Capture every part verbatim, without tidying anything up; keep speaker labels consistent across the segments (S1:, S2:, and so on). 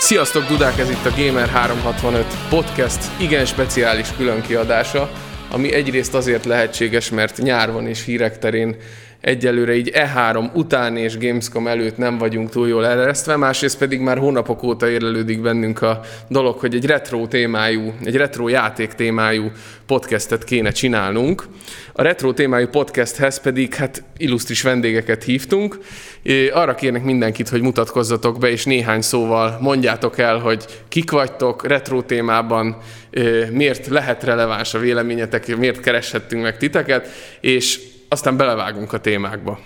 S1: Sziasztok, Dudák! Ez itt a Gamer háromszázhatvanöt podcast igen speciális különkiadása, ami egyrészt azért lehetséges, mert nyár van és hírek terén egyelőre így E három után és Gamescom előtt nem vagyunk túl jól eleresztve, másrészt pedig már hónapok óta érlelődik bennünk a dolog, hogy egy retro témájú, egy retro játék témájú podcastet kéne csinálnunk. A retro témájú podcasthez pedig hát illusztris vendégeket hívtunk. Arra kérnek mindenkit, hogy mutatkozzatok be, és néhány szóval mondjátok el, hogy kik vagytok retro témában, miért lehet releváns a véleményetek, miért kereshettünk meg titeket, és aztán belevágunk a témákba.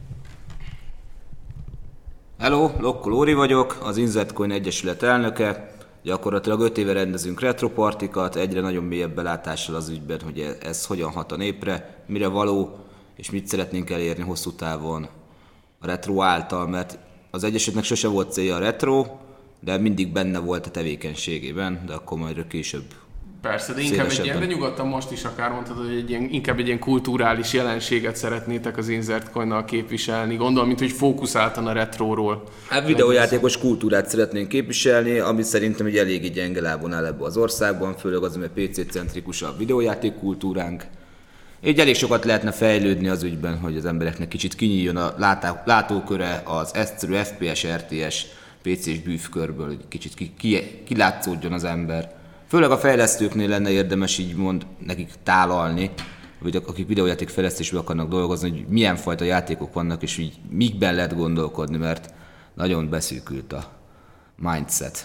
S2: Hello, Lokko Lóri vagyok, az Inzertcoin Egyesület elnöke. Gyakorlatilag öt éve rendezünk retropartikat, egyre nagyon mélyebb belátással az ügyben, hogy ez hogyan hat a népre, mire való, és mit szeretnénk elérni hosszú távon a retro által, mert az Egyesületnek sose volt célja a retro, de mindig benne volt a tevékenységében, de akkor majd később.
S1: Persze, de inkább egy ilyen, de nyugodtan most is akár mondhatod, hogy egy ilyen, inkább egy ilyen kulturális jelenséget szeretnétek az Inzertcoinnal képviselni. Gondolom, mint hogy fókuszáltan a retróról.
S2: Hát videójátékos kultúrát szeretnénk képviselni, ami szerintem egy eléggé gyenge lábon áll ebbe az országban, főleg az, mert pé cé-centrikus a videójáték kultúránk. Így elég sokat lehetne fejlődni az ügyben, hogy az embereknek kicsit kinyíljon a látá- látóköre az egyszerű ef pé es, er té es, pé cés bűvkörből, hogy kicsit ki- ki- kilátszódjon az ember. Főleg a fejlesztőknél lenne érdemes így mond nekik tálalni, vagy akik videójáték fejlesztésben akarnak dolgozni, hogy milyen fajta játékok vannak, és így mikben lehet gondolkodni, mert nagyon beszűkült a mindset.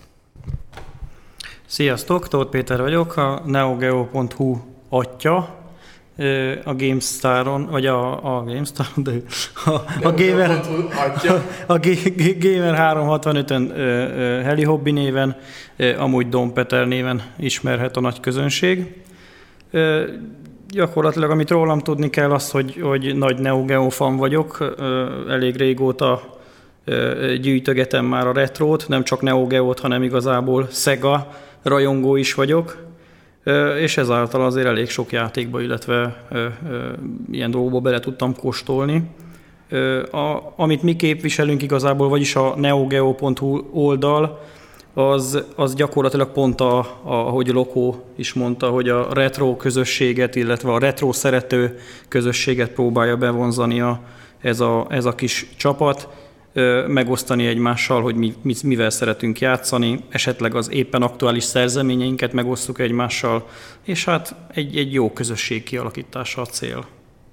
S3: Sziasztok, Tóth Péter vagyok, a neogeo pont hu atya, a GameStaron, vagy a, a GameStaron, de a, a Gamer, a, a Gamer háromszázhatvanötön Heli Hobby néven, amúgy Dom Peter néven ismerhet a nagy közönség. Gyakorlatilag, amit rólam tudni kell, az, hogy, hogy nagy Neo Geo fan vagyok, elég régóta gyűjtögetem már a retrót, nem csak Neo Geót, hanem igazából Sega rajongó is vagyok. És ezáltal azért elég sok játékba, illetve ö, ö, ilyen dolgokba bele tudtam kóstolni. Ö, a, amit mi képviselünk igazából, vagyis a neogeo pont hu oldal, az, az gyakorlatilag pont, a, a, ahogy Lokó is mondta, hogy a retro közösséget, illetve a retro szerető közösséget próbálja bevonzani a, ez, a, ez a kis csapat, megosztani egymással, hogy mi, mi, mivel szeretünk játszani, esetleg az éppen aktuális szerzeményeinket megosztjuk egymással, és hát egy, egy jó közösség kialakítása a cél.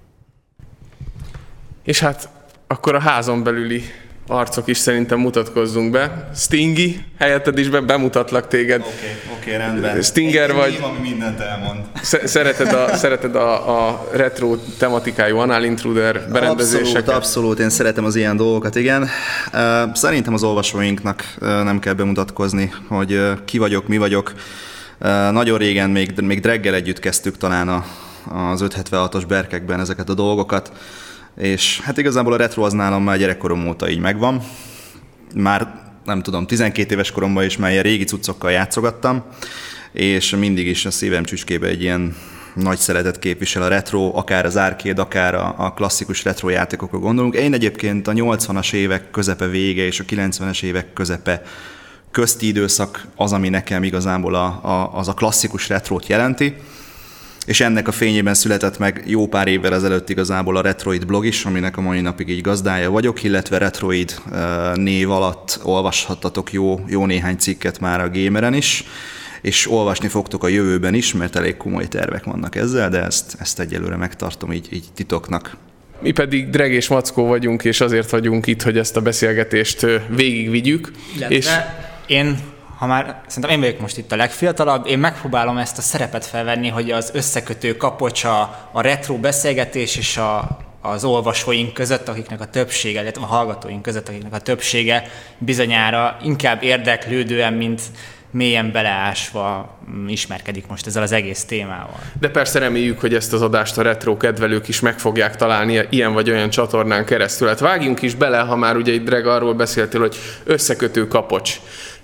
S1: És hát akkor a házon belüli arcok is szerintem mutatkozzunk be. Stingy, helyetted is be, bemutatlak téged.
S4: Oké, okay, oké, okay, rendben.
S1: Stinger
S4: egy,
S1: vagy.
S4: Én ami mindent elmond.
S1: Szereted a, szereted a, a retro tematikájú Anal Intruder berendezéseket?
S4: Abszolút, abszolút, én szeretem az ilyen dolgokat, igen. Szerintem az olvasóinknak nem kell bemutatkozni, hogy ki vagyok, mi vagyok. Nagyon régen, még, még Dreggel együtt kezdtük talán a, az ötszázhetvenhatos berkekben ezeket a dolgokat. És hát igazából a retro az nálam már gyerekkorom óta így megvan. Már nem tudom, tizenkét éves koromban is már ilyen régi cuccokkal játszogattam, és mindig is a szívem csücskébe egy ilyen nagy szeretet képvisel a retro, akár az arcade, akár a, a klasszikus retro játékokra gondolunk. Én egyébként a nyolcvanas évek közepe vége és a kilencvenes évek közepe közti időszak az, ami nekem igazából a, a, az a klasszikus retrót jelenti. És ennek a fényében született meg jó pár évvel ezelőtt igazából a Retroid blog is, aminek a mai napig így gazdája vagyok, illetve Retroid név alatt olvashattatok jó, jó néhány cikket már a Gameren is, és olvasni fogtok a jövőben is, mert elég komoly tervek vannak ezzel, de ezt, ezt egyelőre megtartom így, így titoknak.
S1: Mi pedig Dreg és Mackó vagyunk, és azért vagyunk itt, hogy ezt a beszélgetést végigvigyük.
S5: Illetve és én... Ha már szerintem én vagyok most itt a legfiatalabb, én megpróbálom ezt a szerepet felvenni, hogy az összekötő kapocs a, a retro beszélgetés és a, az olvasóink között, akiknek a többsége, illetve a hallgatóink között, akiknek a többsége bizonyára inkább érdeklődően, mint mélyen beleásva ismerkedik most ezzel az egész témával.
S1: De persze reméljük, hogy ezt az adást a retro kedvelők is meg fogják találni ilyen vagy olyan csatornán keresztül. Hát vágjunk is bele, ha már ugye itt Dreg arról beszéltél, hogy összekötő kapocs.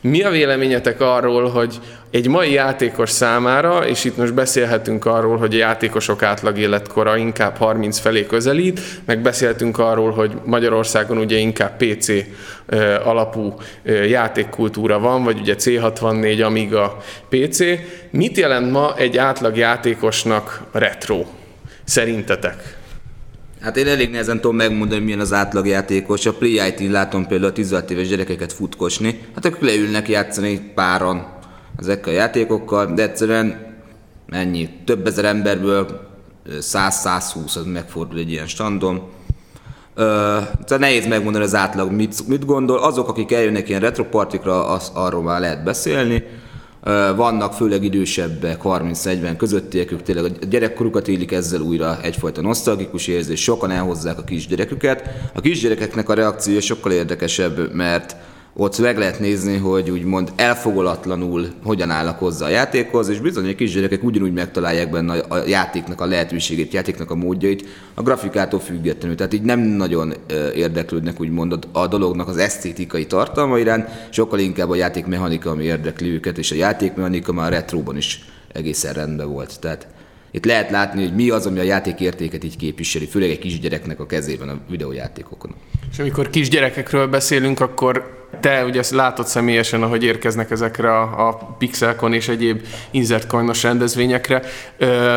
S1: Mi a véleményetek arról, hogy egy mai játékos számára, és itt most beszélhetünk arról, hogy a játékosok átlag életkora inkább harminc felé közelít, meg beszéltünk arról, hogy Magyarországon ugye inkább pé cé alapú játékkultúra van, vagy ugye cé hatvannégy, Amiga, pé cé. Mit jelent ma egy átlag játékosnak retro? Szerintetek?
S2: Hát én elég nehezen tudom megmondani, milyen az átlagjátékos. A Play i té-n látom például a tizenhat éves gyerekeket futkosni. Hát ők leülnek játszani páran ezekkel a játékokkal, de egyszerűen ennyi. Több ezer emberből száz-százhúsz az megfordul egy ilyen standon. Uh, nehéz megmondani az átlag mit, mit gondol. Azok, akik eljönnek ilyen retropartikra, az, arról már lehet beszélni. Uh, vannak főleg idősebbek, harminc-negyven közöttiek, ők tényleg a gyerekkorukat élik ezzel újra, egyfajta nosztalgikus érzés, sokan elhozzák a kisgyereküket. A kisgyerekeknek a reakciója sokkal érdekesebb, mert ott meg lehet nézni, hogy úgymond elfogolatlanul hogyan állnak hozzá a játékhoz, és bizony a kisgyerekek ugyanúgy megtalálják benne a játéknak a lehetőségét, játéknak a módjait, a grafikától függetlenül. Tehát így nem nagyon érdeklődnek úgymond a dolognak az esztétikai tartalma iránt, sokkal inkább a játékmechanika, ami érdekli őket, és a játékmechanika már a retróban is egészen rendben volt. Tehát itt lehet látni, hogy mi az, ami a játék értéket így képviseli, főleg egy kisgyereknek a kezében a videójátékokon.
S1: És amikor kisgyerekekről beszélünk, akkor te ugye látod személyesen, ahogy érkeznek ezekre a, a Pixelcon és egyéb insert coinos rendezvényekre. Ö,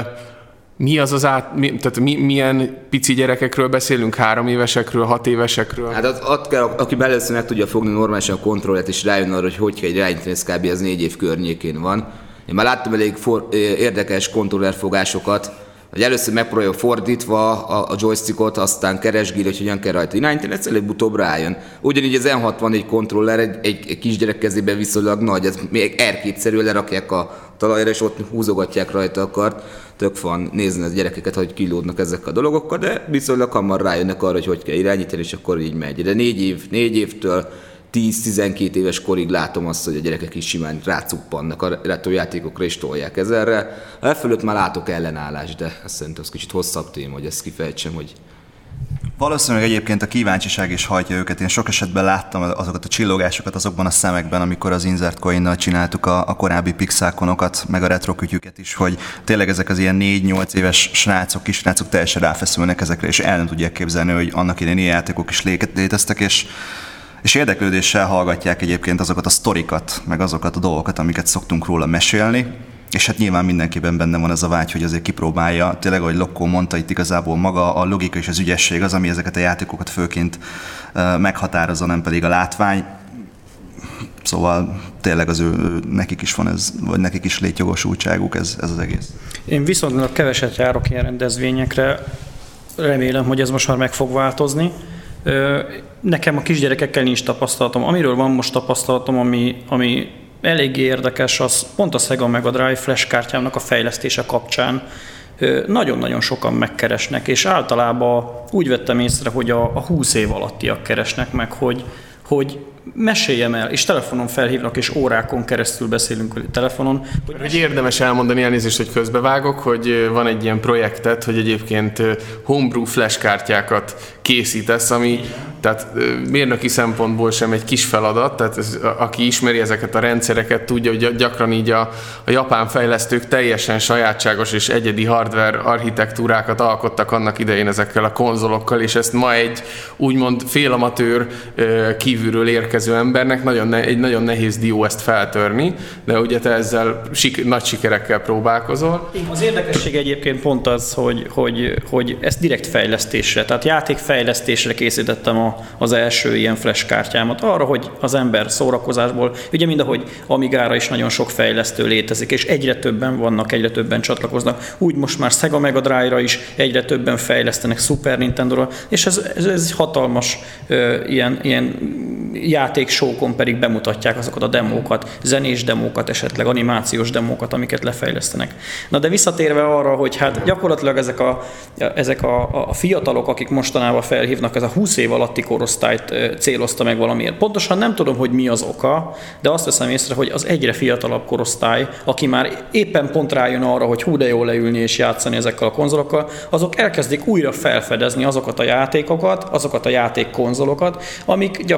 S1: mi az az át, mi, tehát mi, milyen pici gyerekekről beszélünk? Három évesekről, hat évesekről?
S2: Hát az, ott kell, aki először meg tudja fogni normálisan a kontrollet, és rájön arra, hogy hogy kell egy irányítani, ez kb. Az négy év környékén van. Én már láttam elég for, érdekes kontrollerfogásokat, hogy először megpróbálja fordítva a, a joystickot, aztán keresgél, hogy hogyan kell rajta irányítani, ez előbb-utóbb rájön. Ugyanígy az en hatvannégy kontroller egy, egy, egy kisgyerek kezében viszonylag nagy, ez még er kétszerűen lerakják a talajra, és ott húzogatják rajta a kart. Tök van nézni a gyerekeket, hogy kilódnak ezek a dologokkal, de viszonylag hamar rájönnek arra, hogy hogy kell irányítani, és akkor így megy. De négy, év, négy évtől tíz-tizenkét éves korig látom azt, hogy a gyerekek is simán rácuppannak a retrojátékokra és tolják ezerre. E fölött már látok ellenállást, de azt szerintem az kicsit hosszabb téma, hogy ezt kifejtsem, hogy...
S4: Valószínűleg egyébként a kíváncsiság is hajtja őket. Én sok esetben láttam azokat a csillogásokat azokban a szemekben, amikor az Insert Coinnal csináltuk a, a korábbi Pixelconokat, meg a retro kütyüket is, hogy tényleg ezek az ilyen négy-nyolc éves srácok, kisrácok teljesen ráfeszülnek ezekre, és el nem tudják képzelni, hogy annak idején ilyen játékok is léteztek, és És érdeklődéssel hallgatják egyébként azokat a sztorikat, meg azokat a dolgokat, amiket szoktunk róla mesélni. És hát nyilván mindenkiben benne van ez a vágy, hogy azért kipróbálja. Tényleg, ahogy Lokkó mondta, itt igazából maga a logika és az ügyesség az, ami ezeket a játékokat főként meghatározza, nem pedig a látvány. Szóval tényleg az ő, nekik is van ez, vagy nekik is létjogosultságuk ez, ez az egész.
S3: Én viszonylag keveset járok ilyen rendezvényekre. Remélem, hogy ez most már meg fog változni. Nekem a kisgyerekekkel nincs tapasztalatom. Amiről van most tapasztalatom, ami, ami eléggé érdekes, az pont a Sega Mega Drive flash kártyámnak a fejlesztése kapcsán nagyon-nagyon sokan megkeresnek, és általában úgy vettem észre, hogy a, a húsz év alattiak keresnek meg, hogy, hogy meséljem el, és telefonon felhívnak, és órákon keresztül beszélünk telefonon.
S1: Hogy, hogy érdemes elmondani, elnézést, hogy közbevágok, hogy van egy ilyen projektet, hogy egyébként homebrew flash kártyákat készítesz, ami tehát mérnöki szempontból sem egy kis feladat, tehát ez, aki ismeri ezeket a rendszereket, tudja, hogy gyakran így a, a japán fejlesztők teljesen sajátságos és egyedi hardware architektúrákat alkottak annak idején ezekkel a konzolokkal, és ezt ma egy úgymond félamatőr kívülről érkező embernek nagyon ne, egy nagyon nehéz dió ezt feltörni, de ugye te ezzel sik, nagy sikerekkel próbálkozol.
S3: Az érdekesség egyébként pont az, hogy, hogy, hogy ezt direkt fejlesztésre, tehát játékfejlesztésre készítettem a, az első ilyen flash kártyámat, arra, hogy az ember szórakozásból, ugye mindahogy Amigára is nagyon sok fejlesztő létezik, és egyre többen vannak, egyre többen csatlakoznak, úgy most már Sega Mega Drive-ra is egyre többen fejlesztenek, Super Nintendo-ra, és ez, ez, ez hatalmas uh, ilyen, ilyen játéksókon pedig bemutatják azokat a demókat, zenés demókat, esetleg animációs demókat, amiket lefejlesztenek. Na de visszatérve arra, hogy hát gyakorlatilag ezek a, ezek a, a fiatalok, akik mostanában felhívnak, ez a húsz év alatti korosztályt célozta meg valamiért. Pontosan nem tudom, hogy mi az oka, de azt veszem észre, hogy az egyre fiatalabb korosztály, aki már éppen pont rájön arra, hogy hú de jó leülni és játszani ezekkel a konzolokkal, azok elkezdik újra felfedezni azokat a játékokat, azokat a játékkonzolokat, amik gyakorlatilag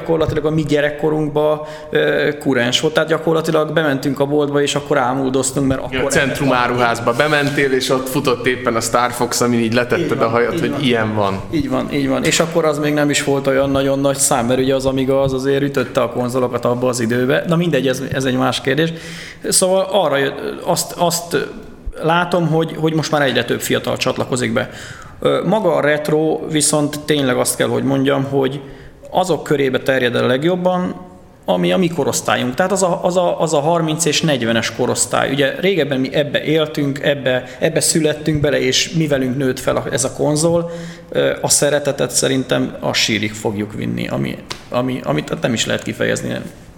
S3: a mi gyerekkorunkban kurens volt, tehát gyakorlatilag bementünk a boltba, és akkor ámuldoztunk, mert akkor...
S1: A Centrum áruházba bementél, és ott futott éppen a Star Fox, amin így letetted van, a hajat, hogy van. Ilyen van.
S3: Így van, így van. És akkor az még nem is volt olyan nagyon nagy szám, mert ugye az Amiga az azért ütötte a konzolokat abba az időbe. Na mindegy, ez, ez egy más kérdés. Szóval arra azt, azt látom, hogy, hogy most már egyre több fiatal csatlakozik be. Maga a retro viszont tényleg azt kell, hogy mondjam, hogy azok körébe terjed el a legjobban, ami a mi korosztályunk. Tehát az a, az, a, az a harminc és negyvenes korosztály. Ugye régebben mi ebbe éltünk, ebbe, ebbe születtünk bele, és mi velünk nőtt fel ez a konzol. A szeretetet szerintem a sírig fogjuk vinni, ami, ami, amit nem is lehet kifejezni.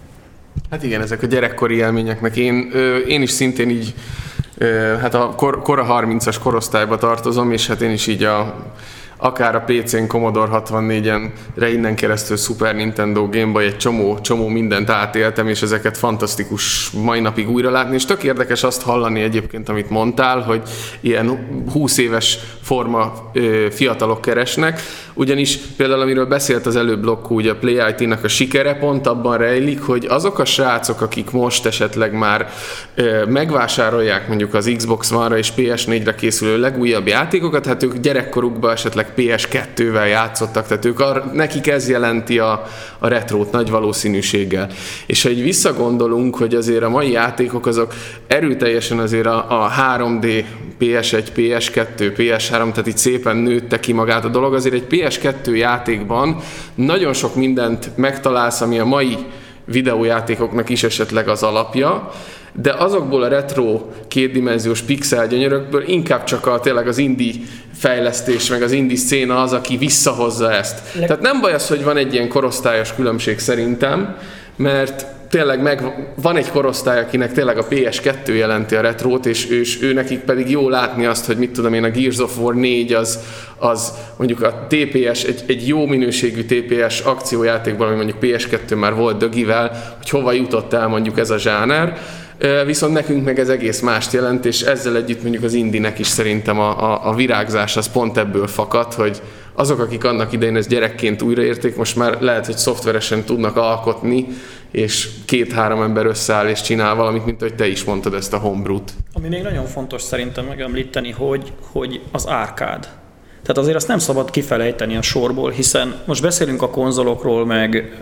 S1: Hát igen, ezek a gyerekkori élményeknek. Én, én is szintén így, hát a kor, kora harmincas korosztályba tartozom, és hát én is így a akár a pé cén Commodore hatvannégyenre innen keresztül Super Nintendo, Game Boy, egy csomó, csomó mindent átéltem, és ezeket fantasztikus mai napig újra látni, és tök érdekes azt hallani egyébként, amit mondtál, hogy ilyen húsz éves forma ö, fiatalok keresnek, ugyanis például amiről beszélt az előbb Lokku, ugye a Play i té-nak a sikere pont abban rejlik, hogy azok a srácok, akik most esetleg már ö, megvásárolják mondjuk az Xbox One-ra és pé es négyre készülő legújabb játékokat, hát ők gyerekkorukban esetleg pé es kettővel játszottak, tehát ők ar, nekik ez jelenti a, a retrót nagy valószínűséggel. És ha így visszagondolunk, hogy azért a mai játékok azok erőteljesen azért a, a három dé, pé es egy, pé es kettő, pé es három, tehát így szépen nőtte ki magát a dolog, azért egy pé es kettő játékban nagyon sok mindent megtalálsz, ami a mai videójátékoknak is esetleg az alapja, de azokból a retro kétdimenziós pixel gyönyörökből inkább csak a, tényleg az indie fejlesztés, meg az indie széna az, aki visszahozza ezt. Le- Tehát nem baj az, hogy van egy ilyen korosztályos különbség szerintem, mert tényleg meg, van egy korosztály, akinek tényleg a pé es kettő jelenti a retrót, és, és ő nekik pedig jó látni azt, hogy mit tudom én, a Gears of War négy az, az mondjuk a té pé es, egy, egy jó minőségű té pé es akciójátékban, ami mondjuk pé es kettő már volt dögivel, hogy hova jutott el mondjuk ez a zsáner, viszont nekünk meg ez egész mást jelent, és ezzel együtt mondjuk az indinek is szerintem a, a, a virágzás az pont ebből fakad, hogy azok, akik annak idején ezt gyerekként újraérték, most már lehet, hogy szoftveresen tudnak alkotni, és két-három ember összeáll és csinál valamit, mint hogy te is mondtad ezt a homebrew-t.
S3: Ami még nagyon fontos szerintem megemlíteni, hogy, hogy az árkád. Tehát azért azt nem szabad kifelejteni a sorból, hiszen most beszélünk a konzolokról, meg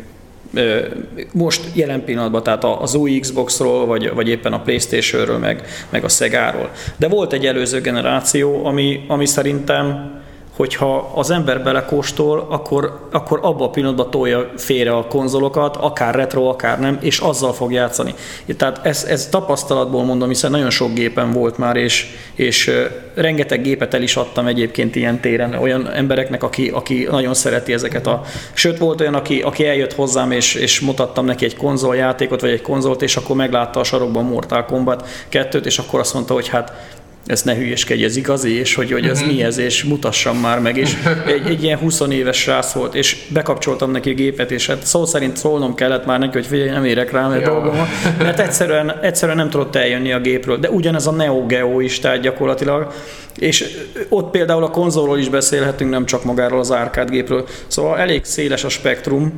S3: most jelen pillanatban, tehát az új Xboxról, vagy, vagy éppen a PlayStationről, meg, meg a Segáról. De volt egy előző generáció, ami, ami szerintem, hogyha az ember belekóstol, akkor, akkor abban a pillanatban tolja félre a konzolokat, akár retro, akár nem, és azzal fog játszani. Tehát ez, ez tapasztalatból mondom, hiszen nagyon sok gépen volt már, és, és rengeteg gépet el is adtam egyébként ilyen téren olyan embereknek, aki, aki nagyon szereti ezeket a... Sőt, volt olyan, aki, aki eljött hozzám, és, és mutattam neki egy konzoljátékot, vagy egy konzolt, és akkor meglátta a sarokban Mortal Kombat kettőt, és akkor azt mondta, hogy hát ezt ne hülyeskedj, ez igazi, és hogy, hogy ez mi ez, és mutassam már meg, és egy, egy ilyen húsz éves srác volt, és bekapcsoltam neki a gépet, és hát szó szerint szólnom kellett már neki, hogy figyelj, nem érek rá, mert dolgom van, mert egyszerűen, egyszerűen nem tudott eljönni a gépről, de ugyanez a Neo Geo is, tehát gyakorlatilag, és ott például a konzolról is beszélhetünk, nem csak magáról az arcade gépről, szóval elég széles a spektrum,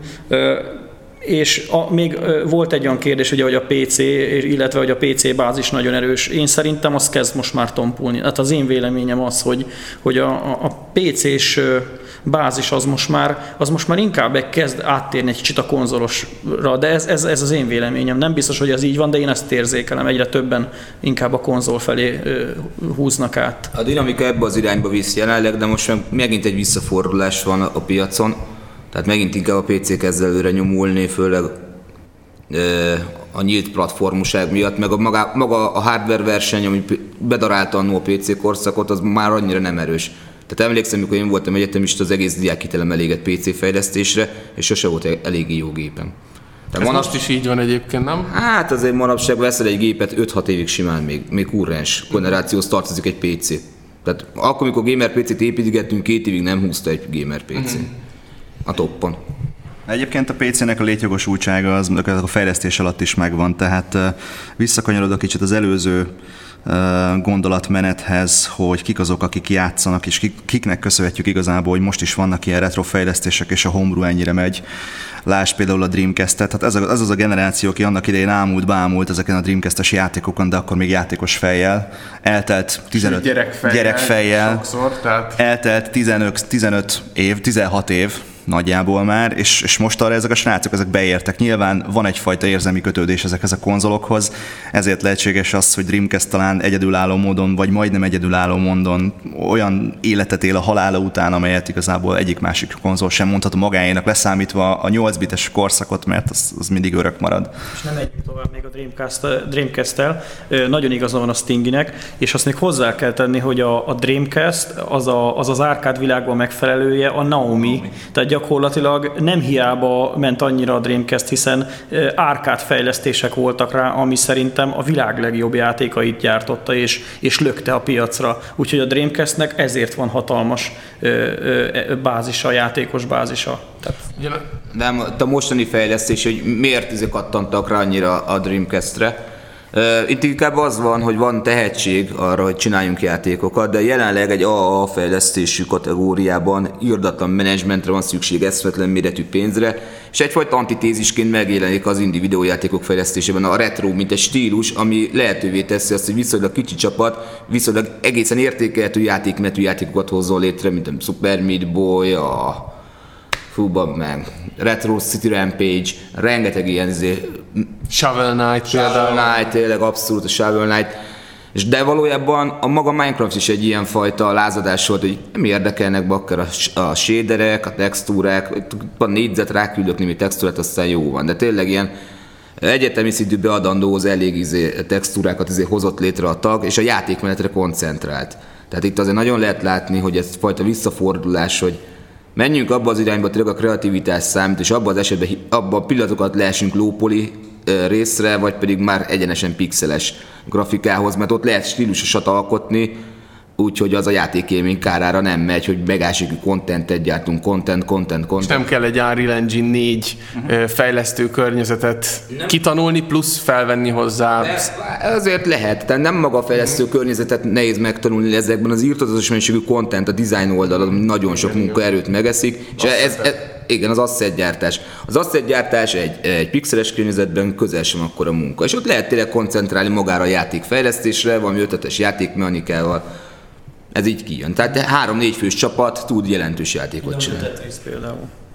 S3: és a, még ö, volt egy olyan kérdés, ugye, hogy a pé cé, illetve hogy a pé cé bázis nagyon erős. Én szerintem az kezd most már tompulni. Hát az én véleményem az, hogy, hogy a, a pé cés bázis az most már, az most már inkább kezd áttérni egy kicsit a konzolosra, de ez, ez, ez az én véleményem. Nem biztos, hogy ez így van, de én ezt érzékelem. Egyre többen inkább a konzol felé ö, húznak át.
S2: A dinamika ebbe az irányba visz jelenleg, de most megint egy visszafordulás van a piacon. Tehát megint inkább a pé cé kezd előre nyomulni, főleg ö, a nyílt platformoság miatt, meg a maga, maga a hardware verseny, ami bedarálta annó a pé cé korszakot, az már annyira nem erős. Tehát emlékszem, amikor én voltam egyetemista, az egész diákhitelem elégett pé cé fejlesztésre, és sose volt eléggé jó gépem.
S1: Ez manap... most is így van egyébként, nem?
S2: Hát azért manapság veszel egy gépet, öt-hat évig simán még, még kurrens generációhoz tartozik egy pé cé. Tehát akkor, amikor gamer pé cét építgettünk, két évig nem húzta egy gamer pé cé. Mm-hmm. A toppon.
S4: Egyébként a pé cének a létjogosultsága az a fejlesztés alatt is megvan, tehát visszakanyarodok kicsit az előző gondolatmenethez, hogy kik azok, akik játszanak, és kik, kiknek köszönhetjük igazából, hogy most is vannak ilyen retrofejlesztések, és a homebrew ennyire megy. Lásd például a Dreamcast-et, tehát ez, a, ez az a generáció, aki annak idején ámult, bámult ezeken a Dreamcast-es játékokon, de akkor még játékos fejjel. Eltelt tizenöt
S1: gyerekfejjel,
S4: gyerekfejjel
S1: sokszor, tehát...
S4: eltelt tizenöt, tizenöt év, tizenhat év, nagyjából már, és, és most arra ezek a srácok ezek beértek. Nyilván van egyfajta érzelmi kötődés ezekhez a konzolokhoz, ezért lehetséges az, hogy Dreamcast talán egyedülálló módon, vagy majdnem egyedülálló módon olyan életet él a halála után, amelyet igazából egyik másik konzol sem mondhat magáénak, leszámítva a nyolc bites korszakot, mert az, az mindig örök marad.
S3: És nem megyünk tovább még a Dreamcast, Dreamcast-tel. Nagyon igaza van a Stingynek, és azt még hozzá kell tenni, hogy a, a Dreamcast az, a, az az árkád világban megfelelője a Naomi. Naomi. Tehát gyakorlatilag nem hiába ment annyira a Dreamcast, hiszen árkád fejlesztések voltak rá, ami szerintem a világ legjobb játékait gyártotta és, és lökte a piacra. Úgyhogy a Dreamcastnek ezért van hatalmas ö, ö, bázisa, játékos bázisa. Tehát...
S2: Nem, a mostani fejlesztés, hogy miért ezek kattantak rá annyira a Dreamcastre. Itt inkább az van, hogy van tehetség arra, hogy csináljunk játékokat, de jelenleg egy á á fejlesztésű kategóriában irdatlan menedzsmentre van szükség, eszmetlen méretű pénzre, és egyfajta antitézisként megjelenik az indie videójátékok fejlesztésében a retro, mint egy stílus, ami lehetővé teszi azt, hogy viszonylag kicsi csapat, viszonylag egészen értékelhető játékmetű játékokat hozzon létre, mint a Super Meat Boy, a Fúban meg Retro City Rampage, rengeteg ilyen izé,
S1: Shovel Knight
S2: Shovel Knight, tényleg abszolút a Shovel Knight. És de valójában a maga Minecraft is egy ilyen fajta lázadás volt, hogy nem érdekelnek bakker a, a shaderek, a textúrák, a négyzet ráküldök némi textúrát, aztán jó van. De tényleg ilyen egyetemi szintű beadandóhoz elég izé, textúrákat izé hozott létre a tag, és a játékmenetre koncentrált. Tehát itt azért nagyon lehet látni, hogy ez fajta visszafordulás, hogy menjünk abba az irányba, tényleg a kreativitás számít, és abban az esetben abban a pillanatokat leesünk lópoli részre, vagy pedig már egyenesen pixeles grafikához, mert ott lehet stílusosat alkotni, úgyhogy az a játékélmény kárára nem megy, hogy megásikű contentet gyártunk, content, content, content.
S1: És nem kell egy Unreal Engine négy uh-huh. fejlesztő környezetet nem. kitanulni, plusz felvenni hozzá.
S2: De azért lehet, tehát nem maga a fejlesztő uh-huh. környezetet nehéz megtanulni ezekben, az írtozatos mennyiségű content, a design oldal, ami nagyon sok munkaerőt megeszik, és ez, ez, igen, az asset gyártás. Az asset gyártás egy, egy pixeles környezetben közel sem akkora munka, és ott lehet tényleg koncentrálni magára a játékfejlesztésre, valami ötletes játékmechanikával. Ez így kijön. Tehát három-négy fős csapat tud jelentős játékot csinálni.
S3: Tetris például.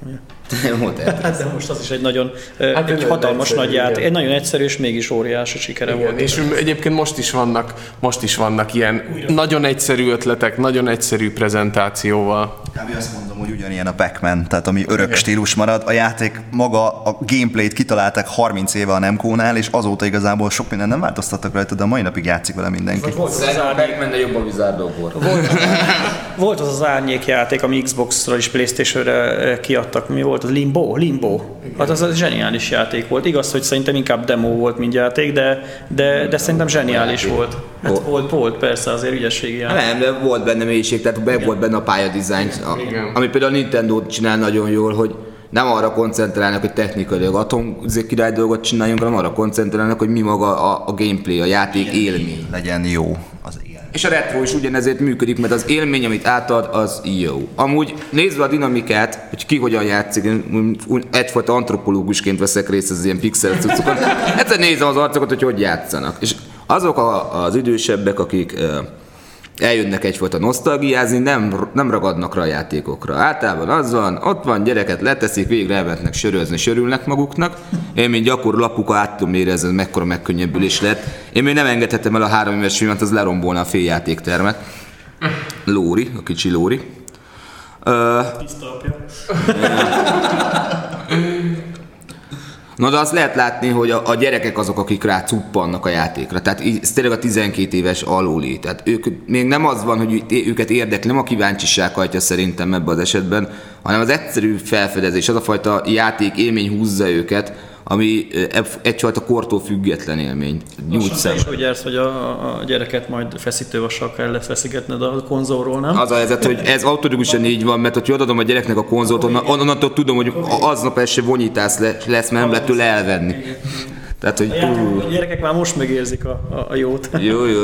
S2: Hát,
S3: de most az is egy nagyon hát egy hatalmas nagy játék, egy nagyon egyszerű és mégis óriási sikere
S1: igen,
S3: volt.
S1: És egyébként most is vannak, most is vannak ilyen újra. Nagyon egyszerű ötletek, nagyon egyszerű prezentációval.
S4: Kb. Azt mondom, hogy ugyanilyen a Pac-Man, tehát ami örök igen. stílus marad. A játék maga, a gameplayt kitalálták harminc éve a Namco-nál, és azóta igazából sok minden nem változtattak rajta, de a mai napig játszik vele mindenki.
S2: Volt az, az árnyék, menne jobb a Wizardokból.
S3: Volt, volt az az árnyék játék, ami Xbox-ra és PlayStation-re kiadtak. Mi volt az? Limbo? Limbo. Hát az egy zseniális játék volt. Igaz, hogy szerintem inkább demo volt, mint játék, de, de, de szerintem zseniális volt. Hát volt, volt persze azért ügyességi játék.
S2: Nem, de volt benne mélység, tehát be volt benne a pályadizájn, ami például a Nintendo csinál nagyon jól, hogy nem arra koncentrálnak, hogy technikailag atom király dolgot csináljunk, hanem arra koncentrálnak, hogy mi maga a, a gameplay, a játék élmény.
S4: Legyen jó az élmény.
S2: És a retro is ugyanezért működik, mert az élmény, amit átad, az jó. Amúgy nézve a dinamikát, hogy ki hogyan játszik, egyfajta antropológusként veszek részt az ilyen pixel cuccokat. Egyszer nézem az arcokat, hogy hogy játszanak. És azok a, az idősebbek, akik uh, eljönnek egyfajta nosztalgiázni, nem, nem ragadnak rá a játékokra. Általában az van, ott van, gyereket leteszik, végre elmentnek sörözni, sörülnek maguknak. Én, mint gyakorló apuka, át tudom érezni, mekkora megkönnyebbülés lett. Én még nem engedhetem el a három éves filmet, az lerombolna a fél játéktermet. Lóri, a kicsi Lóri. Uh,
S3: Tiszta apja.
S2: No, de azt lehet látni, hogy a, a gyerekek azok, akik rá cuppannak a játékra. Tehát ez tényleg a tizenkét éves aluli. Tehát ők, még nem az van, hogy őket érdekli, nem a kíváncsiság hajtja szerintem ebben az esetben, hanem az egyszerű felfedezés, az a fajta játék élmény húzza őket, ami egyfajta kortól független élmény. Nyújt
S3: Most is úgy érsz, hogy a, a gyereket majd feszítővassal kell lefeszigetned a konzolról, nem?
S2: Az a helyzet, hogy ez automatikusan így van, mert hogyha adom a gyereknek a konzolt, onnantól tudom, hogy aznap este vonyítás lesz, mert nem lehet tőle elvenni. Tehát, hogy...
S3: A, a gyerekek már most megérzik a, a, a jót.
S2: Jó, jó.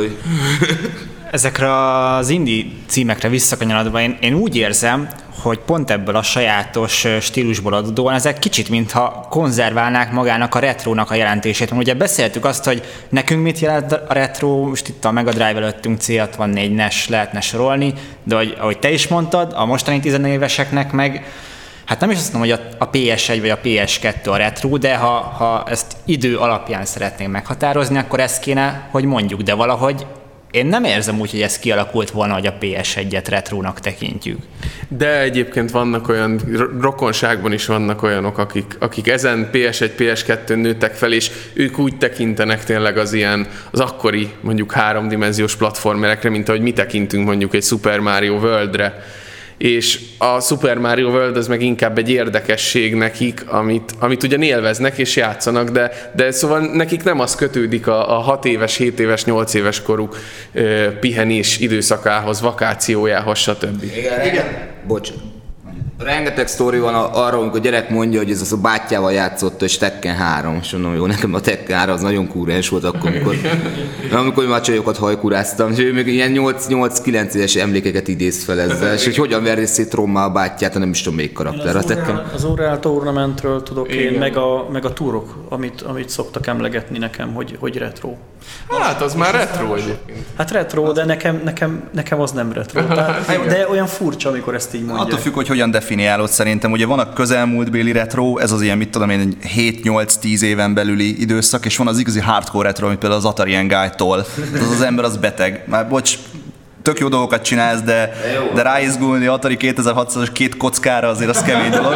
S5: Ezekre az indie címekre visszakanyarodva én, én úgy érzem, hogy pont ebből a sajátos stílusból adódóan ezek kicsit mintha konzerválnák magának a retrónak a jelentését. Mert ugye beszéltük azt, hogy nekünk mit jelent a retro, most itt a Mega Drive előttünk cé hatvannégy nes lehetne sorolni, de hogy, ahogy te is mondtad, a mostani tizenéveseknek meg hát nem is azt mondom, hogy a, a pé es egy vagy a pé es kettő a retro, de ha, ha ezt idő alapján szeretnénk meghatározni, akkor ezt kéne, hogy mondjuk, de valahogy én nem érzem úgy, hogy ez kialakult volna, hogy a pé es egyet retrónak tekintjük.
S1: De egyébként vannak olyan, rokonságban is vannak olyanok, akik, akik ezen pé es egy, pé es kettőn nőttek fel, és ők úgy tekintenek tényleg az ilyen, az akkori mondjuk háromdimenziós platformerekre, mint ahogy mi tekintünk mondjuk egy Super Mario Worldre. És a Super Mario World az meg inkább egy érdekesség nekik, amit, amit ugyan élveznek és játszanak, de, de szóval nekik nem az kötődik a, a hat éves, hét éves, nyolc éves koruk ö, pihenés időszakához, vakációjához, stb.
S2: Igen, igen. Bocs. Rengeteg sztori van arról, amikor a gyerek mondja, hogy ez az a bátyjával játszott, és Tekken három. És mondom, jó, nekem a Tekken három az nagyon kúrens volt akkor, amikor, amikor már csajokat hajkuráztam. És ő még ilyen nyolc-kilenc éves emlékeket idéz fel ezzel, és hogy hogyan verje szét rommá a bátyját, nem is tudom még karakter.
S3: Az, az Unreal Tournamentről tudok én, meg a, meg a túrok, amit, amit szoktak emlegetni nekem, hogy, hogy retro.
S1: Hát az már retro egyébként.
S3: Hát retro, de nekem, nekem, nekem az nem retro. Tehát, de olyan furcsa, amikor ezt így mondja.
S4: Attól függ, hogy hogyan definiálod szerintem. Ugye van a közelmúltbéli retro, ez az ilyen, mit tudom én, hét-nyolc-tíz éven belüli időszak, és van az igazi hardcore retro, amit például az Atari Guy-tól. Az az ember az beteg. Már bocs, tök jó dolgokat csinálsz, de, de ráizgulni Atari kétezer-hatszázas két kockára azért az kemény dolog.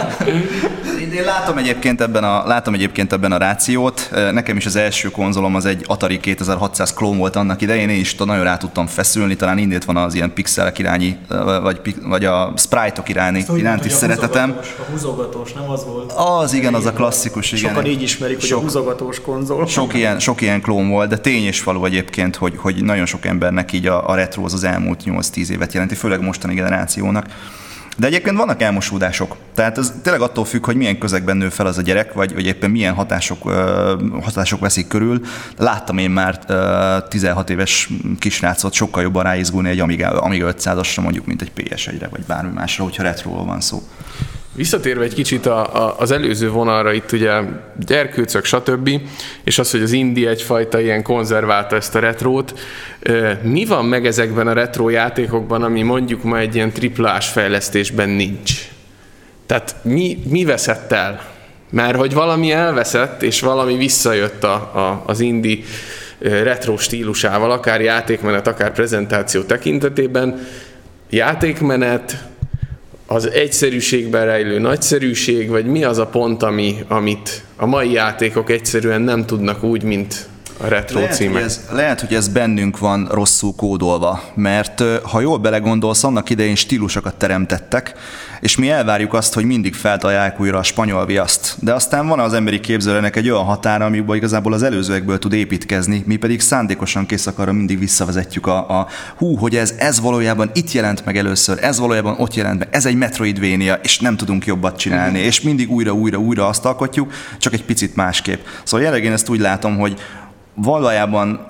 S4: Én látom egyébként, ebben a, látom egyébként ebben a rációt. Nekem is az első konzolom az egy Atari kétezer-hatszáz klón volt annak idején, én is nagyon rá tudtam feszülni, talán indít van az ilyen pixelek irányi, vagy, vagy a sprite-ok irányi, iránti szeretetem.
S3: A húzogatós, nem az volt?
S4: Az igen, az a klasszikus. Igen.
S3: Sokan így ismerik, hogy sok, a húzogatós konzol.
S4: Sok ilyen, sok ilyen klón volt, de tény és való egyébként, hogy, hogy nagyon sok embernek így a, a retro az, az elmúlt nyolc-tíz évet jelenti, főleg mostani generációnak. De egyébként vannak elmosódások. Tehát ez tényleg attól függ, hogy milyen közegben nő fel az a gyerek, vagy, vagy éppen milyen hatások, hatások veszik körül. Láttam én már tizenhat éves kisrácot sokkal jobban ráizgulni egy Amiga, Amiga ötszázasra mondjuk, mint egy pé es egyre, vagy bármi másra, hogyha retróról van szó.
S1: Visszatérve egy kicsit a, a, az előző vonalra, itt ugye gyerkőcök, stb., és az, hogy az indie egyfajta ilyen konzerválta ezt a retrót. Mi van meg ezekben a retro játékokban, ami mondjuk ma egy ilyen triplás fejlesztésben nincs? Tehát mi, mi veszett el? Mert hogy valami elveszett, és valami visszajött a, a, az indie retro stílusával, akár játékmenet, akár prezentáció tekintetében. Játékmenet, az egyszerűségben rejlő nagyszerűség, vagy mi az a pont, ami, amit a mai játékok egyszerűen nem tudnak úgy, mint a retro
S4: lehet,
S1: címek?
S4: Hogy ez, lehet, hogy ez bennünk van rosszul kódolva, mert ha jól belegondolsz, annak idején stílusokat teremtettek, és mi elvárjuk azt, hogy mindig feltalálják újra a spanyol viaszt. De aztán van az emberi képzelőnek egy olyan határa, amiben igazából az előzőekből tud építkezni, mi pedig szándékosan készakarra mindig visszavezetjük a, a hú, hogy ez, ez valójában itt jelent meg először, ez valójában ott jelent meg, ez egy Metroidvania, és nem tudunk jobbat csinálni, mm. és mindig újra, újra, újra azt alkotjuk, csak egy picit másképp. Szóval jelenleg én ezt úgy látom, hogy valójában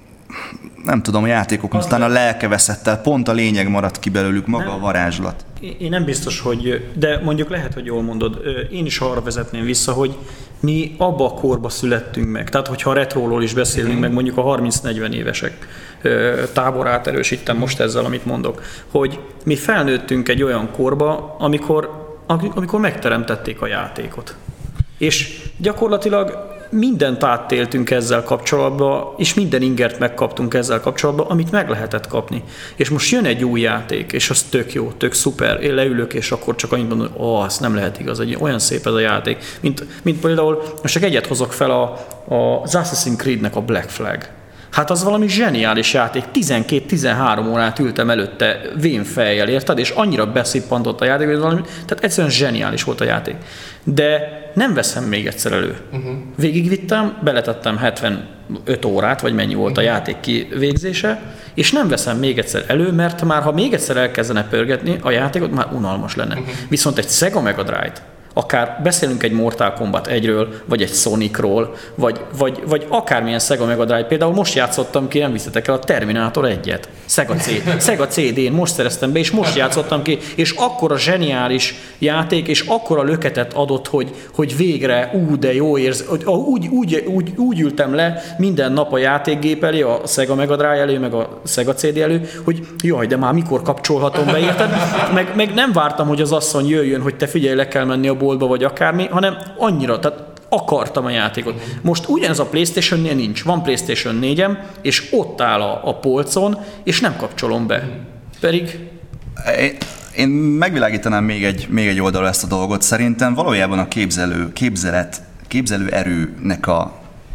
S4: nem tudom, a játékok aztán a lelke veszett el, pont a lényeg maradt ki belőlük, maga nem, a varázslat.
S3: Én nem biztos, hogy, de mondjuk lehet, hogy jól mondod, én is arra vezetném vissza, hogy mi abba a korba születtünk meg. Tehát, hogyha a retróról is beszélünk, meg mondjuk a harminc-negyven évesek táborát erősítem most ezzel, amit mondok, hogy mi felnőttünk egy olyan korba, amikor, amikor megteremtették a játékot. És gyakorlatilag mindent áttéltünk ezzel kapcsolatban, és minden ingert megkaptunk ezzel kapcsolatban, amit meg lehetett kapni. És most jön egy új játék, és az tök jó, tök szuper. Én leülök, és akkor csak annyit mondom, hogy ó, az nem lehet igaz, egy olyan szép ez a játék. Mint, mint például, most csak egyet hozok fel a, a, az Assassin's Creed-nek a Black Flag. Hát az valami zseniális játék. tizenkét-tizenhárom órát ültem előtte vénfejjel, érted? És annyira beszippantott a játék, hogy valami, tehát egyszerűen zseniális volt a játék. De nem veszem még egyszer elő. Uh-huh. Végigvittem, beletettem hetvenöt órát, vagy mennyi volt a játék kivégzése, és nem veszem még egyszer elő, mert már ha még egyszer elkezdene pörgetni a játékot, már unalmas lenne. Uh-huh. Viszont egy Sega Mega Drive, akár beszélünk egy Mortal Kombat egyről, vagy egy Sonicról, vagy, vagy, vagy akármilyen Sega Mega Drive. Például most játszottam ki, nem visszatek el, a Terminátor egyet. Sega, C, Sega cé dén most szereztem be, és most játszottam ki, és akkora zseniális játék, és akkora löketet adott, hogy, hogy végre, ú, de jó érz, úgy, úgy, úgy, úgy ültem le minden nap a játékgép elé, a Sega Mega Drive elé, meg a Sega cé dé elő, hogy jaj, de már mikor kapcsolhatom be, érted? Meg, meg nem vártam, hogy az asszony jöjjön, hogy te figyelj, le kell menni a boltba, vagy akármi, hanem annyira, tehát akartam a játékot. Most ugyanez a PlayStation-nél nincs. Van PlayStation négyem, és ott áll a, a polcon, és nem kapcsolom be. Pedig...
S4: Én, én megvilágítanám még egy, még egy oldalra ezt a dolgot. Szerintem valójában a képzelő, képzelet, képzelő erőnek a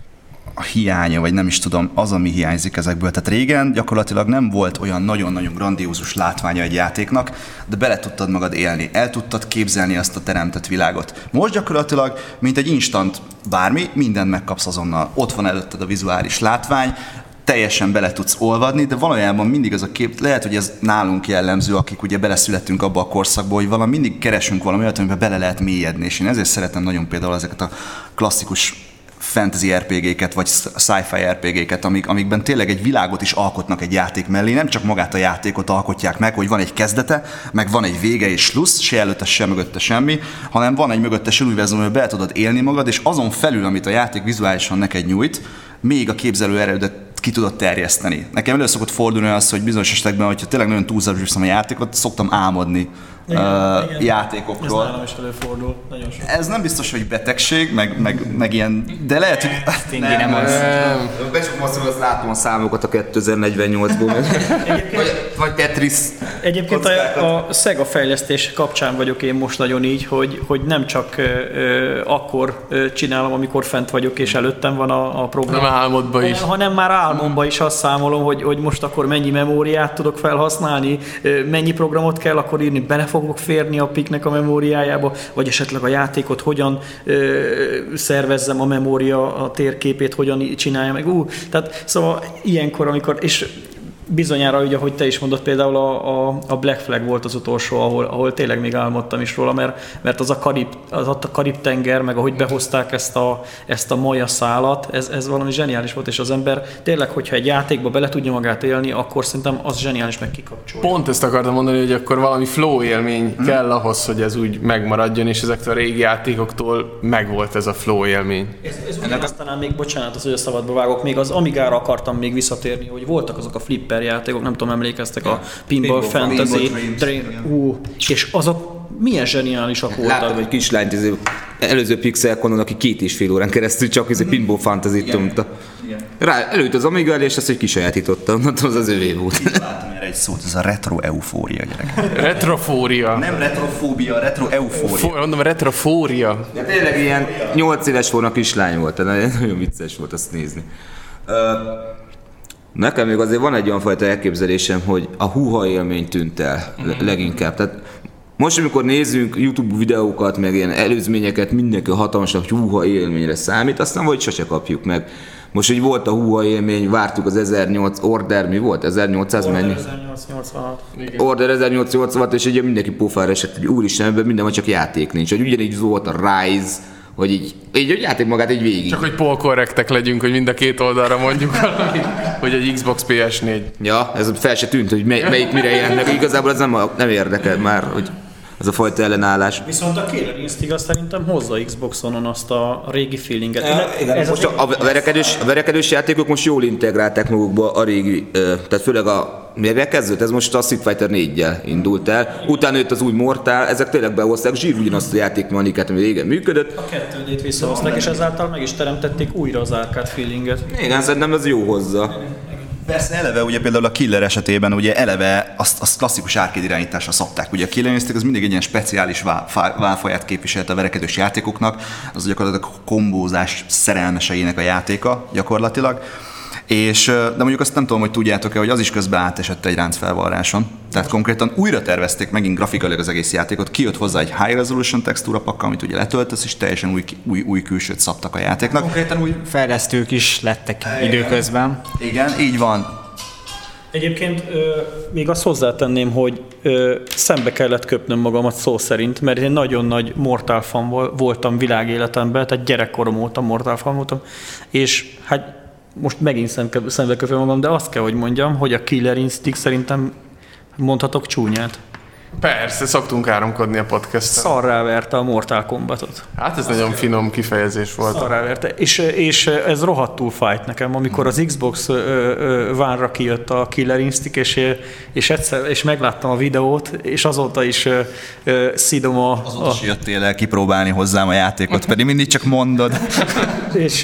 S4: a hiánya, vagy nem is tudom, az, ami hiányzik ezekből. Tehát régen gyakorlatilag nem volt olyan nagyon-nagyon grandiózus látványa egy játéknak, de bele tudtad magad élni, el tudtad képzelni azt a teremtett világot. Most gyakorlatilag, mint egy instant bármi, mindent megkapsz azonnal. Ott van előtted a vizuális látvány, teljesen bele tudsz olvadni, de valójában mindig az a kép, lehet, hogy ez nálunk jellemző, akik ugye beleszületünk abba a korszakba, hogy valami mindig keresünk valami olyat, amiben bele lehet mélyedni, és én ezért szeretem nagyon például ezeket a klasszikus fantasy er pé géket, vagy sci-fi er pé géket, amik, amikben tényleg egy világot is alkotnak egy játék mellé, nem csak magát a játékot alkotják meg, hogy van egy kezdete, meg van egy vége és slusz, se előtte, se mögötte semmi, hanem van egy mögöttes univerzum, amiben be tudod élni magad, és azon felül, amit a játék vizuálisan neked nyújt, még a képzelő erődet ki tudod terjeszteni. Nekem elő szokott fordulni az, hogy bizonyos esetekben, hogyha tényleg nagyon túlzabzsítom a játékot, szoktam álmodni igen, uh, igen. játékokról.
S3: Ez nálam is előfordul. Nagyon sok.
S4: Ez nem biztos, hogy betegség, meg, meg, meg ilyen, de lehet, hogy...
S5: Nem, nem az.
S2: Becsukom azt, hogy azt látom a számokat a kétezer-negyvennyolcból. vagy, vagy Tetris.
S3: Egyébként a, a Sega fejlesztés kapcsán vagyok én most nagyon így, hogy, hogy nem csak ö, akkor ö, csinálom, amikor fent vagyok, és előttem van a, a program.
S1: Nem álmodba is.
S3: Hanem már álmomba is azt számolom, hogy, hogy most akkor mennyi memóriát tudok felhasználni, mennyi programot kell akkor írni, bele fogok férni a piknek a memóriájába, vagy esetleg a játékot hogyan ö, szervezzem a memória, a térképét, hogyan csinálja meg. Ú, tehát szóval ilyenkor, amikor, és bizonyára, ugye, ahogy te is mondod, például a, a, a Black Flag volt az utolsó, ahol, ahol tényleg még álmodtam is róla, mert, mert az a Karib, az a Karib-tenger, meg ahogy behozták ezt a, ezt a maja szálat, ez, ez valami zseniális volt, és az ember tényleg, hogyha egy játékba bele tudja magát élni, akkor szerintem az zseniális, meg kikapcsolja.
S1: Pont ezt akartam mondani, hogy akkor valami flow élmény hmm. kell ahhoz, hogy ez úgy megmaradjon, és ezektől a régi játékoktól megvolt ez a flow élmény. Ez, ez
S3: ugyanazt talán még, bocsánat, az, hogy a szabadba vágok, még az Amigára akartam még visszatérni, hogy voltak azok a flipper játékok, nem tudom, emlékeztek a Pinball, Pinball Fantasy, Pinball Dream, ú, és azok milyen zseniálisak voltak.
S2: Láttam egy kislányt az előző Pixelconon, aki két és fél órán keresztül csak ez a Pinball Fantasy-t tömte. Rá előtt az Amiga elé, és azt, hogy kisajátítottam, az az övé volt.
S4: Látom erre egy szót, ez a retro eufória, gyerek.
S1: Retrofória.
S4: Nem retrofóbia, retro eufória.
S1: Fó, mondom, retrofória.
S2: De tényleg ilyen nyolc éves volna kislány volt, nagyon vicces volt azt nézni. Uh, Nekem még azért van egy olyan fajta elképzelésem, hogy a húha élmény tűnt el leginkább. Tehát most, amikor nézzünk YouTube videókat, meg ilyen előzményeket, mindenki hatalmasan húha élményre számít, aztán vagy sose kapjuk meg. Most, hogy volt a húha élmény, vártuk az ezernyolcszáz Order, mi volt? ezernyolcszáz
S3: Order
S2: mennyi?
S3: ezernyolcszáznyolcvanhat.
S2: Order ezernyolcszáznyolcvanhat, és ugye mindenki pofára esett, hogy úristen, ebben minden van, csak játék nincs. Hogy ugyanígy volt a Rise, hogy így, így a játék magát egy végig.
S1: Csak hogy polkorrektek legyünk, hogy mind a két oldalra mondjuk valamit, hogy egy Xbox pé es négy.
S2: Ja, ez fel se tűnt, hogy mely, melyik mire jelennek. Igazából ez nem, nem érdekel már, hogy ez a fajta ellenállás.
S3: Viszont a Killer Instinct azt szerintem hozza Xboxon azt a régi feelinget.
S2: Ja, igen, ez most a, a, verekedős, a verekedős játékok most jól integrálták magukba a régi, tehát főleg a mire kezdődött? Ez most a Street Fighter néggyel indult el, utána jött az új Mortal, ezek tényleg behozták zsír ugyanazt a játékmechanikát, ami régen működött.
S3: A kettő dét visszahozták, és ezáltal meg is teremtették újra az arcade feelinget.
S2: Igen, szerintem ez jó hozzá.
S4: Persze eleve ugye például a Killer esetében ugye eleve azt, azt klasszikus arcade irányításra szabták. Ugye a Killer Instinct az mindig egy ilyen speciális válfaját képviselt a verekedős játékoknak, az gyakorlatilag a kombózás szerelmeseinek a játéka gyakorlatilag. És, de mondjuk azt nem tudom, hogy tudjátok-e, hogy az is közben átesett egy ráncfelvarráson. Tehát konkrétan újra tervezték megint grafikailag az egész játékot, kijött hozzá egy high resolution textúra pakka, amit ugye letöltesz, és teljesen új, új, új külsőt szabtak a játéknak.
S5: Konkrétan új fejlesztők is lettek időközben.
S4: Igen, így van.
S3: Egyébként ö, még azt hozzátenném, hogy ö, szembe kellett köpnöm magamat szó szerint, mert én nagyon nagy Mortal fan voltam világéletemben, tehát gyerekkorom óta Mortal fan voltam, és hát most megint szembe köpöm magam, de azt kell, hogy mondjam, hogy a Killer Instinct szerintem mondhatok csúnyát.
S1: Persze, szoktunk áramkodni a podcasten.
S3: Szarrá verte a Mortal Kombatot.
S1: Hát ez nagyon finom kifejezés volt.
S3: Szarrá verte. És, és ez rohadtul fájt nekem, amikor az Xbox One-ra kijött a Killer Instinct, és, és, egyszer, és megláttam a videót, és azóta is szidom a...
S4: Azóta a... is jöttél el kipróbálni hozzám a játékot, pedig mindig csak mondod.
S3: és...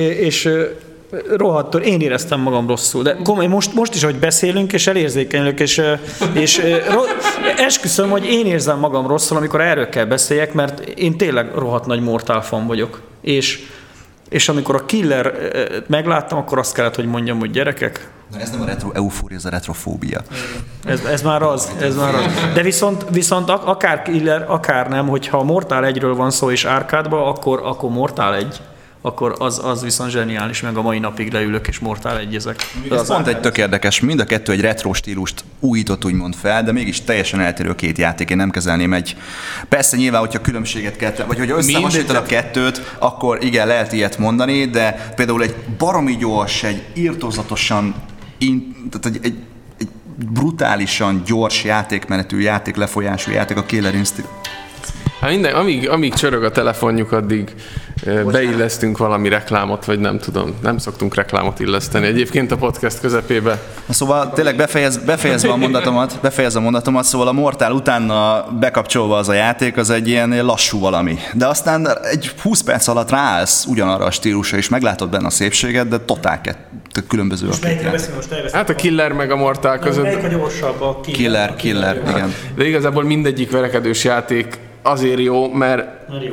S3: és rohadtul, én éreztem magam rosszul, de komoly, most, most is, hogy beszélünk, és elérzékenyülök, és, és ro, esküszöm, hogy én érzem magam rosszul, amikor erről kell beszéljek, mert én tényleg rohadt nagy Mortal fan vagyok, és, és amikor a Killer megláttam, akkor azt kellett, hogy mondjam, hogy gyerekek.
S4: De ez nem a retro eufória, ez a retrofóbia.
S3: Ez, ez már az, ez már az. De viszont, viszont akár Killer, akár nem, hogyha Mortal egyről van szó és árkádba, akkor, akkor Mortal egy. akkor az, az viszont zseniális, meg a mai napig leülök és Mortal egyezek.
S4: Ez pont egy tök érdekes, mind a kettő egy retro stílust újított úgymond fel, de mégis teljesen eltérő két játék, én nem kezelném egy... Persze nyilván, hogyha különbséget kell, vagy hogy összehasonlítod a kettőt, akkor igen, lehet ilyet mondani, de például egy baromi gyors, egy irtózatosan, in, tehát egy, egy, egy brutálisan gyors játékmenetű, játék lefolyású játék, a Killer Instinct.
S1: Hát minden, amíg, amíg csörög a telefonjuk, addig beillesztünk valami reklámot, vagy nem tudom, nem szoktunk reklámot illeszteni. Egyébként a podcast közepébe.
S4: Szóval tényleg befejez, befejezve a mondatomat, befejezve a mondatomat, szóval a Mortal utána bekapcsolva az a játék, az egy ilyen lassú valami. De aztán egy húsz perc alatt ráállsz ugyanarra a stílusra, és meglátod benne a szépséget, de totál kett, különböző
S3: most
S4: a két játék.
S1: Hát a Killer meg a Mortal között.
S3: Melyik a gyorsabb? A
S4: Killer, Killer, killer, igen.
S1: De igazából mindegyik verekedős játék azért jó, mert,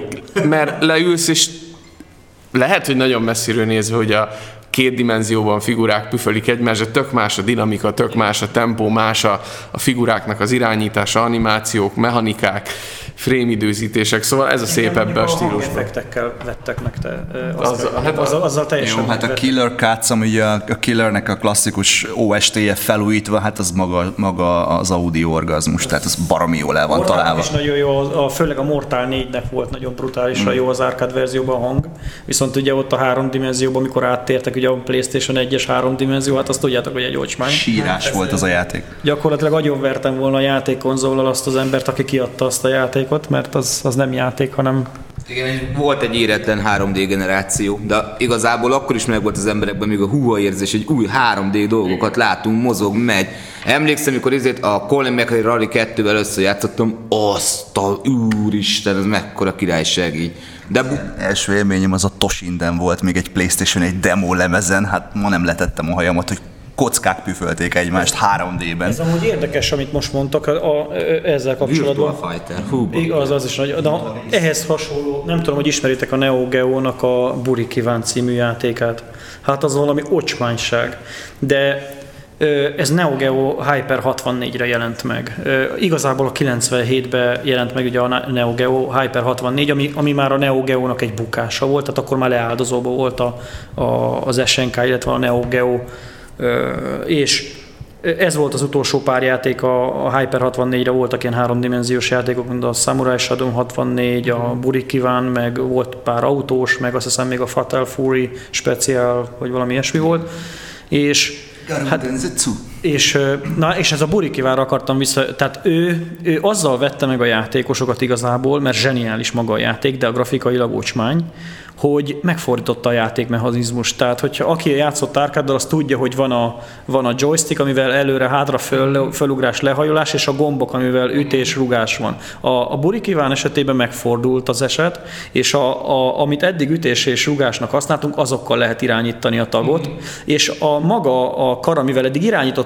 S1: mert leülsz, és lehet, hogy nagyon messziről nézve, hogy a két dimenzióban figurák püfölik egymásra, tök más a dinamika, tök más a tempó, más a, a figuráknak az irányítása, animációk, mechanikák, frame-időzítések, szóval ez a szép ebbe a stílusban.
S3: Hangeffektekkel vettek meg te. Az,
S1: az,
S3: meg,
S1: hát
S3: azzal, azzal teljesen
S4: jó, hát a Killer Cuts, ami ugye a Killernek a klasszikus ó es té-je felújítva, hát az maga, maga az audio orgazmus, tehát az baromi jól el van
S3: Mortal
S4: találva.
S3: És nagyon jó, a, főleg a Mortal négynek volt nagyon brutálisan hmm. jó az arcade verzióban a hang, viszont ugye ott a három dimenzióban, amikor áttértek ugye a PlayStation egyes három dimenzió, hát azt tudjátok, hogy egy ocsmány.
S4: Sírás volt az a játék.
S3: Gyakorlatilag agyonvertem volna a játékkonzollal azt az embert, aki kiadta azt a játékot, mert az, az nem játék, hanem...
S2: Igen, volt egy éretlen három dé generáció, de igazából akkor is megvolt az emberekben még a húha érzés, hogy új három dé dolgokat látunk, mozog, megy. Emlékszem, amikor ezért a Colin McRae Rally kettővel összejátszottam, azt a úristen, ez mekkora királyság így. De bu-
S4: első élményem az a Toshinden volt, még egy PlayStation egy demo lemezen, hát ma nem letettem a hajamat, hogy kockák püfölték egymást három dé-ben.
S3: Ez amúgy érdekes, amit most mondtak a, a, ezzel kapcsolatban.
S2: Virtua Fighter. Hú,
S3: igaz, az is nagy. De ehhez hasonló, nem tudom, hogy ismeritek a Neo Geo-nak a Burikivan című játékát. Hát az valami ocsmányság. De ez Neo Geo Hyper hatvannégyre jelent meg. Igazából a kilencvenhétben jelent meg ugye a Neo Geo Hyper hatvannégy, ami, ami már a Neo Geo-nak egy bukása volt, tehát akkor már leáldozóban volt a, a, az es en ká, illetve a Neo Geo, és ez volt az utolsó pár játék, a, a Hyper hatvannégyre voltak ilyen háromdimenziós játékok, mint a Samurai Shodown hatvannégy, a Burikivan, meg volt pár autós, meg azt hiszem még a Fatal Fury speciál, vagy valami ilyesmi volt, és hát, és, na, és ez a Burikivanra akartam vissza, tehát ő, ő azzal vette meg a játékosokat igazából, mert zseniális maga a játék, de a grafikailag ocsmány, hogy megfordította a játékmechanizmust. Tehát, hogyha aki játszott arcade-dal, az tudja, hogy van a, van a joystick, amivel előre-hátra föl, fölugrás, lehajolás, és a gombok, amivel ütés, rugás van. A, a Burikivan esetében megfordult az eset, és a, a, amit eddig ütés és rugásnak használtunk, azokkal lehet irányítani a tagot, mm-hmm. és a maga a kar, amivel eddig irányította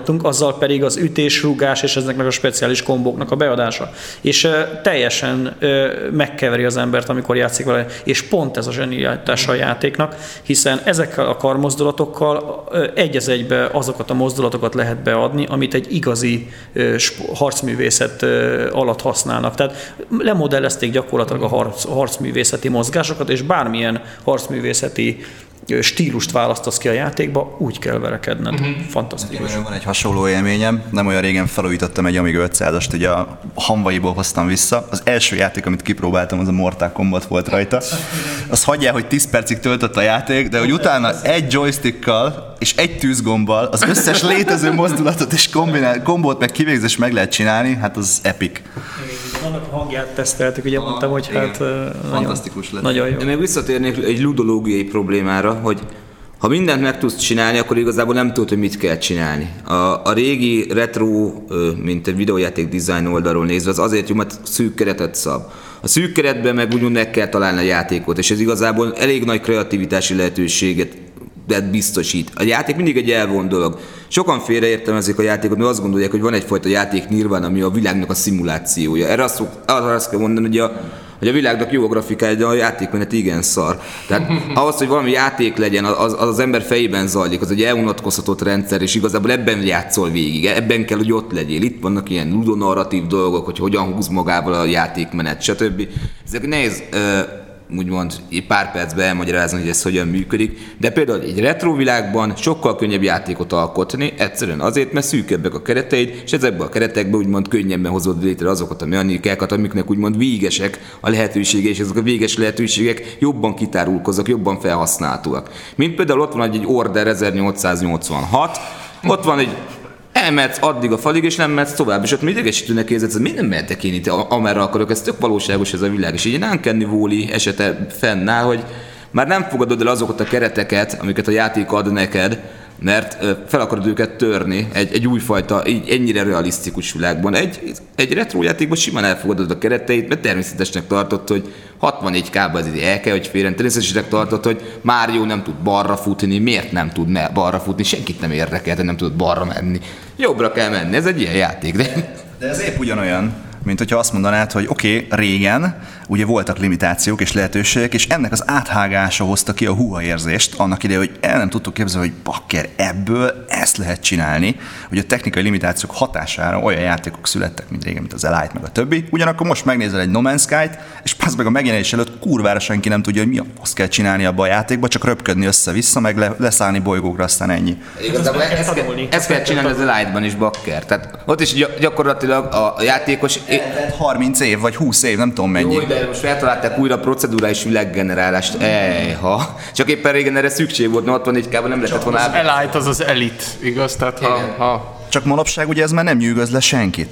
S3: játszottunk, azzal pedig az ütés, rúgás és ezeknek a speciális kombóknak a beadása. És uh, teljesen uh, megkeveri az embert, amikor játszik vele, és pont ez a zsenialitása a játéknak, hiszen ezekkel a karmozdulatokkal uh, egy az egybe azokat a mozdulatokat lehet beadni, amit egy igazi uh, harcművészet uh, alatt használnak. Tehát lemodellezték gyakorlatilag a harc, harcművészeti mozgásokat, és bármilyen harcművészeti stílust választasz ki a játékba, úgy kell verekedned. Uh-huh. Fantasztikus.
S4: Van egy hasonló élményem, nem olyan régen felújítottam egy Amiga ötszázast, ugye a Hanvaiból hoztam vissza. Az első játék, amit kipróbáltam, az a Mortal Kombat volt rajta. Azt hagyjál, hogy tíz percig töltött a játék, de hogy utána egy joystickkal és egy tűzgombbal az összes létező mozdulatot és kombinál, kombót meg kivégzés meg lehet csinálni, hát az epic.
S3: Annak a hangját teszteltük, ugye mondtam, hogy
S4: igen.
S3: hát
S4: fantasztikus lett.
S3: Nagyon jó.
S2: Én még visszatérnék egy ludológiai problémára, hogy ha mindent meg tudsz csinálni, akkor igazából nem tudod, hogy mit kell csinálni. A, a régi retro, mint egy videójáték design oldalról nézve, az azért jó, mert szűk keretet szab. A szűk keretben meg úgymond meg kell találni a játékot, és ez igazából elég nagy kreativitási lehetőséget biztosít. A játék mindig egy elvont dolog. Sokan félreértelmezik a játékot, mert azt gondolják, hogy van egyfajta játék nirvana, ami a világnak a szimulációja. Erre azt, arra azt kell mondani, hogy a, hogy a világnak jó a grafikája, de a játékmenet igen szar. Tehát ahhoz, hogy valami játék legyen, az az, az ember fejében zajlik, az egy elunatkozhatott rendszer, és igazából ebben játszol végig, ebben kell, hogy ott legyél. Itt vannak ilyen ludonarratív dolgok, hogy hogyan húz magával a játékmenet, stb. Ezek nehéz úgymond pár percben elmagyarázni, hogy ez hogyan működik, de például egy retro világban sokkal könnyebb játékot alkotni, egyszerűen azért, mert szűköbbek a kereteid, és ezekben a keretekben úgymond könnyebben hozod létre azokat a mechanikákat, amiknek úgymond végesek a lehetőségek, és ezek a véges lehetőségek jobban kitárulkoznak, jobban felhasználhatóak. Mint például ott van egy Order ezernyolcszáznyolcvanhat, ott van egy elmehetsz addig a falig, és nem mehetsz tovább, és ott mi idegesítőnek érzed, hogy miért nem mehetek én itt, amerre akarok, ez tök valóságos ez a világ, és így egy Uncanny Valley esete fennáll, hogy már nem fogadod el azokat a kereteket, amiket a játék ad neked, mert fel akarod őket törni egy, egy újfajta, így ennyire realisztikus világban. Egy, egy retro játékban simán elfogadod a kereteit, mert természetesnek tartott, hogy hatvannégy ká-ba ez el kell, hogy férjen. Természetesnek tartott, hogy Mario nem tud balra futni, miért nem tud me- balra futni, senkit nem érdekel, hogy nem tudod balra menni. Jobbra kell menni, ez egy ilyen játék, de...
S4: De ez épp ugyanolyan, mint hogyha azt mondanád, hogy oké, okay, régen ugye voltak limitációk és lehetőségek, és ennek az áthágása hozta ki a húha érzést annak ideje, hogy el nem tudtuk képzelni, hogy bakker, ebből ezt lehet csinálni, hogy a technikai limitációk hatására olyan játékok születtek, mint régen, mint az Elite, meg a többi. Ugyanakkor most megnézel egy No Man's Sky-t, és passz meg a megjelenés előtt kurvára senki nem tudja, hogy mi azt kell csinálni abba a játékba, csak röpködni össze-vissza, meg le, leszállni bolygókra, aztán ennyi.
S2: Igazából ezt, ezt, kell, ezt kell csinálni az Elite-ban is, bakker. Tehát ott is gyakorlatilag a játékos...
S4: harminc év, vagy húsz év, nem tudom mennyi.
S2: Jó, de most feltalálták újra a procedurális világgenerálást. Ejha. Csak éppen régen erre szükség volt, hatvannégy ká-ban nem lehetett volna...
S1: Az Elite az az Elite, igaz? Tehát ha, ha...
S4: Csak manapság ugye ez már nem nyűgöz le senkit.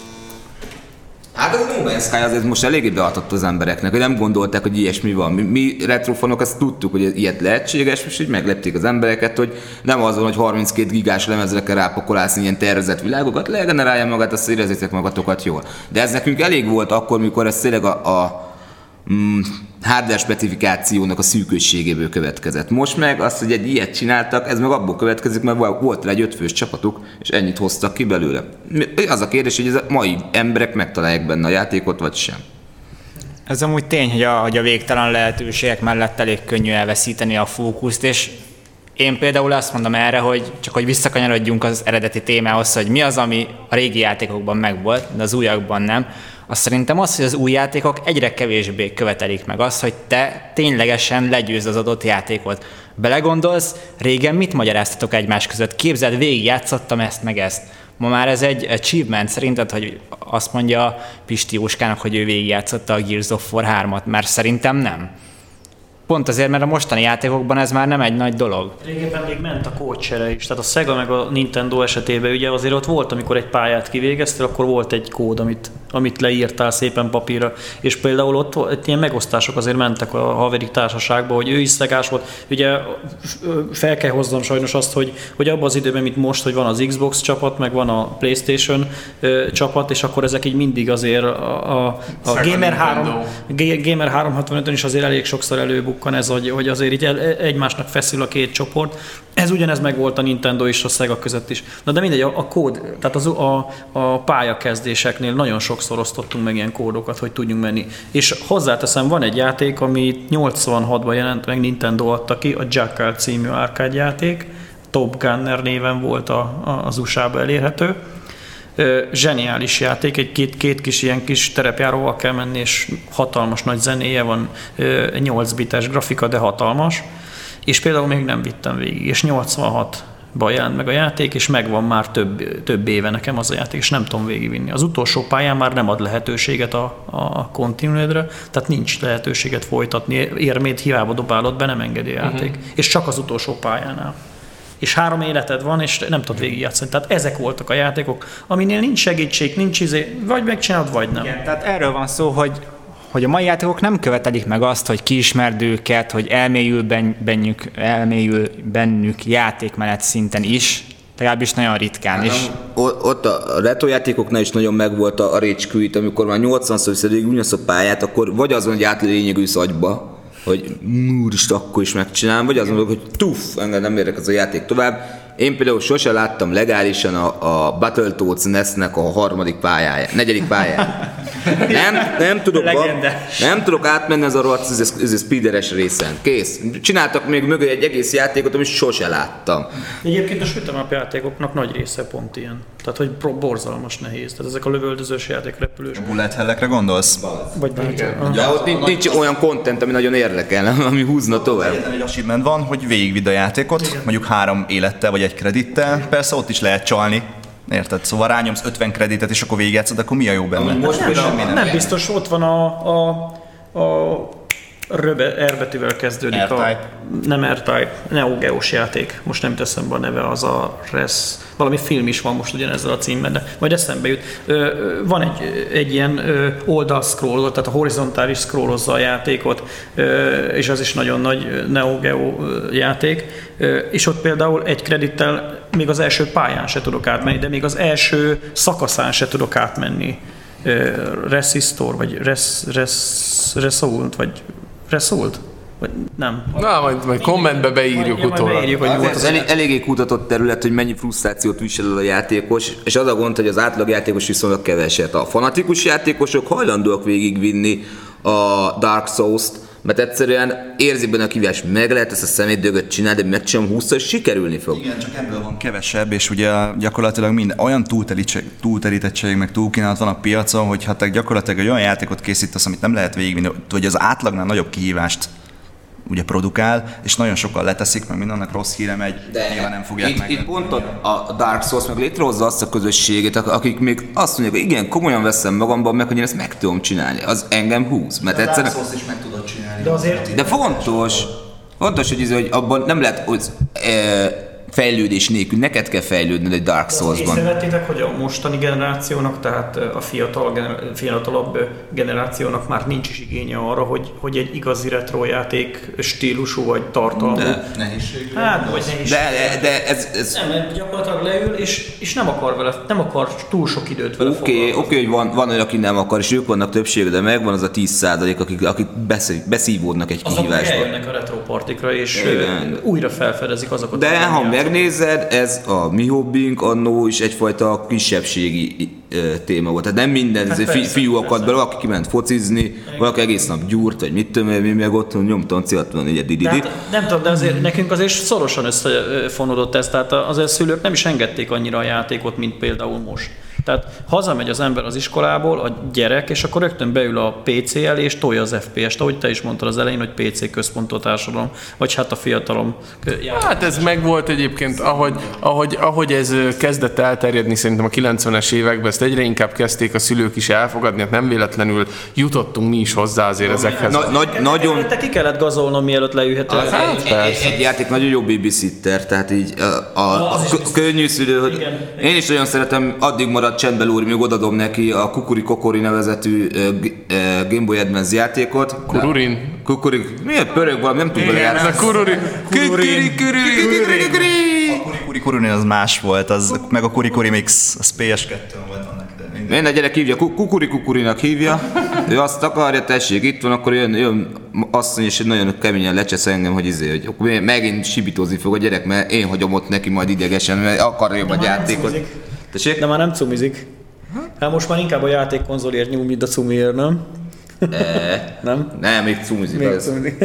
S2: Hát a No Man's Sky azért most eléggé beadott az embereknek, hogy nem gondolták, hogy ilyesmi van. Mi, mi retrofanok azt tudtuk, hogy ilyet lehetséges, és így meglepték az embereket, hogy nem az van, hogy harminckét gigás lemezre kell rápakolászni ilyen tervezett világokat, legenerálja magát, azt érezzétek magatokat jól. De ez nekünk elég volt akkor, mikor ez tényleg a, a mm, hardware specifikációnak a szűkösségéből következett. Most meg azt, hogy egy ilyet csináltak, ez meg abból következik, mert volt egy ötfős csapatuk, és ennyit hoztak ki belőle. Az a kérdés, hogy ez a mai emberek megtalálják benne a játékot, vagy sem.
S5: Ez amúgy tény, hogy a, hogy a végtelen lehetőségek mellett elég könnyű elveszíteni a fókuszt, és én például azt mondom erre, hogy csak hogy visszakanyarodjunk az eredeti témához, hogy mi az, ami a régi játékokban megvolt, de az újakban nem. Azt szerintem az, hogy az új játékok egyre kevésbé követelik meg azt, hogy te ténylegesen legyőzd az adott játékot. Belegondolsz, régen mit magyaráztatok egymás között? Képzeld, végigjátszottam ezt meg ezt. Ma már ez egy achievement szerinted, hogy azt mondja Pisti Jóskának, hogy ő végigjátszotta a Gears of War hármat, mert szerintem nem. Pont azért, mert a mostani játékokban ez már nem egy nagy dolog.
S3: Régebben még ment a kódcsere is, tehát a Sega meg a Nintendo esetében ugye azért ott volt, amikor egy pályát kivégeztél, akkor volt egy kód, amit, amit leírtál szépen papírra, és például ott, ott ilyen megosztások azért mentek a haveri társaságba, hogy ő is szegás volt. Ugye fel kell hoznom sajnos azt, hogy, hogy abban az időben, mint most, hogy van az Xbox csapat, meg van a PlayStation ö, csapat, és akkor ezek így mindig azért a, a, a Gamer, három, Gamer háromszázhatvanötön is azért elég sokszor előbuk megbukkan ez, hogy, hogy azért így el, egymásnak feszül a két csoport. Ez ugyanez meg volt a Nintendo és a Sega között is. Na de mindegy, a, a kód, tehát az, a, a pályakezdéseknél nagyon sokszor osztottunk meg ilyen kódokat, hogy tudjunk menni. És hozzáteszem, van egy játék, ami nyolcvanhatban jelent meg, Nintendo adta ki, a Jackal című arcade játék, Top Gunner néven volt a, a, az u es á-ba elérhető. Zseniális játék, egy két, két kis ilyen kis terepjáróval kell menni, és hatalmas nagy zenéje van, nyolc bites grafika, de hatalmas. És például még nem vittem végig, és nyolcvanhatban jelent meg a játék, és megvan már több, több éve nekem az a játék, és nem tudom végigvinni. Az utolsó pályán már nem ad lehetőséget a, a continuedre, tehát nincs lehetőséget folytatni, érmét hiába dobálod be, nem engedi a játék. Uh-huh. És csak az utolsó pályánál. És három életed van, és nem tudod végigjátszani. Tehát ezek voltak a játékok, aminél nincs segítség, nincs izé, vagy megcsinálod, vagy nem.
S5: Igen, tehát erről van szó, hogy, hogy a mai játékok nem követelik meg azt, hogy kiismerd őket, hogy elmélyül bennük, elmélyül bennük játékmenet szinten is, legalábbis nagyon ritkán is.
S2: Ott a retro játékoknál is nagyon megvolt a rage quit, amikor már nyolcvanszor viszed végig ugyanazt a pályát, akkor vagy azon, hogy átlényegülsz agyba, hogy úristen, akkor is megcsinálom, vagy azt mondok, hogy tuff, engem nem érek ez a játék tovább. Én például sose láttam legálisan a, a Battletoads en e es-nek a harmadik pályáját, negyedik pályáját. Nem, nem tudok, nem tudok átmenni az a rohadt ez, ez, ez speederes részen. Kész. Csináltak még mögé egy egész játékot, amit sose láttam.
S3: Egyébként a shoot'em up játékoknak nagy része pont ilyen. Tehát, hogy borzalmas nehéz. Tehát ezek a lövöldözős játék, repülős.
S4: Bullet hellekre gondolsz?
S3: Vagy
S2: ja, ott nincs, nincs olyan content, ami nagyon érdekel, ami húzna tovább.
S4: Egyetlen egy achievement van, hogy végigvidd a játékot, igen. Mondjuk három élettel vagy egy kredittel. Persze ott is lehet csalni. Érted? Szóval rányomsz ötven kreditet, és akkor végigjátszod, akkor mi a jó benne?
S3: Most nem, semmi nem, nem biztos, ott van a, a, a röbe, R betűvel kezdődik
S4: R-Type.
S3: a... Nem R-Type, Neo Geos játék. Most nem teszem be a neve, az a Res... Valami film is van most ugyanezzel a címben, de majd eszembe jut. Van egy, egy ilyen oldal-scroll, tehát a horizontális scrollozza a játékot, és az is nagyon nagy Neo Geo játék, és ott például egy kredittel még az első pályán se tudok átmenni, de még az első szakaszán se tudok átmenni. Resistor, vagy res, res, Resoult, vagy Resoult? Vagy nem.
S1: Na, majd, majd kommentbe beírjuk
S3: majd,
S1: utólag.
S3: Beírjuk, hogy volt
S2: az elég, eléggé kutatott terület, hogy mennyi frusztrációt visel el a játékos, és az a gond, hogy az átlagjátékos viszonylag keveset. A fanatikus játékosok hajlandóak végigvinni a Dark Souls-t, mert egyszerűen érzi benne a kívás, meg lehet ezt a szemétdögöt csinálni, de megcsinálom húszszor, és sikerülni fog.
S4: Igen, csak ebből van kevesebb, és ugye gyakorlatilag minden, olyan túlterítettség, meg túlkínálat van a piacon, hogy hát gyakorlatilag egy olyan játékot készítesz, amit nem lehet végigvinni, hogy az átlagnál nagyobb kihívást ugye produkál, és nagyon sokan leteszik, mert mindennek rossz híre megy, de nyilván nem fogják
S2: itt,
S4: meg.
S2: Itt pont a Dark Souls meg létrehozza azt a közösséget, akik még azt mondják, hogy igen, komolyan veszem magamban meg, hogy én ezt meg tudom csinálni. Az engem húz, mert
S4: de
S2: egyszerűen...
S4: Dark Souls is meg tudod csinálni.
S3: De azért...
S2: De fontos, fontos, hogy, hogy abban nem lehet hogy, e, fejlődés nélkül, neked kell fejlődnöd egy Dark Souls-ban.
S3: Észrevettétek, hogy a mostani generációnak, tehát a fiatal, fiatalabb generációnak már nincs is igénye arra, hogy, hogy egy igazi retro játék stílusú vagy tartalmú.
S2: De
S4: nehézségű.
S3: Hát, vagy nehézségű.
S2: De, de ez... ez...
S3: Nem, gyakorlatilag leül, és, és nem akar vele, nem akar túl sok időt vele
S2: Oké, okay, okay, hogy van, van olyan, aki nem akar, és ők vannak többsége, de megvan az a tíz százalék, akik, akik beszívódnak egy kihívásba.
S3: Azok eljönnek a retro partikra, és
S2: igen.
S3: Újra felfedezik azokat.
S2: De ha megnézed, ez a mi hobbink annó is egyfajta kisebbségi uh, téma volt. Tehát nem minden hát fi, fiú akad be, valaki kiment focizni, igen. Valaki egész nap gyúrt, vagy mit tudom, mi meg ott nyomtam ciatlan, így dididi.
S3: Hát, nem tudom, de azért nekünk azért szorosan összefonódott ez, tehát azért a szülők nem is engedték annyira a játékot, mint például most. Tehát hazamegy az ember az iskolából, a gyerek, és akkor rögtön beül a pé cé elé, és tolja az ef pé est, ahogy te is mondtad az elején, hogy pé cé központú társadalom, vagy hát a fiatalom.
S1: Hát ez megvolt egyébként, ahogy, ahogy, ahogy ez kezdett elterjedni szerintem a kilencvenes években, ezt egyre inkább kezdték a szülők is elfogadni, hát nem véletlenül jutottunk mi is hozzá azért ezekhez.
S2: Na, nagy, nagyon...
S3: Te ki kellett gazolnom, mielőtt leülhető.
S2: Hát, egy, egy játék nagyon jó babysitter, tehát így a, a, a könnyű szülő, hogy én is nagyon szeretem, addig marad csendben úr, még odadom neki a Kukuri Kokori nevezetű uh, uh, Game Boy Advance játékot.
S1: Kururin?
S2: Kukuri, miért pörög valami, nem tudom
S1: bele. Ez a Kururin.
S2: Kukuri,
S4: A Kuri Kuri Kururin az más volt, az, meg a Kuri Kuri Mix, az pé es kettőn volt annak idején.
S2: Minden gyerek hívja, Kukuri Kukurinak hívja, ő azt akarja, tessék, itt van, akkor jön, jön asszony, és nagyon keményen lecsesz engem, hogy izé, hogy akkor megint sibítózni fog a gyerek, mert én hagyom ott neki majd idegesen, mert akarja jobb a játékot. Tessék?
S3: De már nem cumizik. Hát most már inkább a játékkonzolért nyúl, mint a cumiért, nem?
S2: E,
S3: nem?
S2: Nem, még cumizik.
S3: Még cumizik.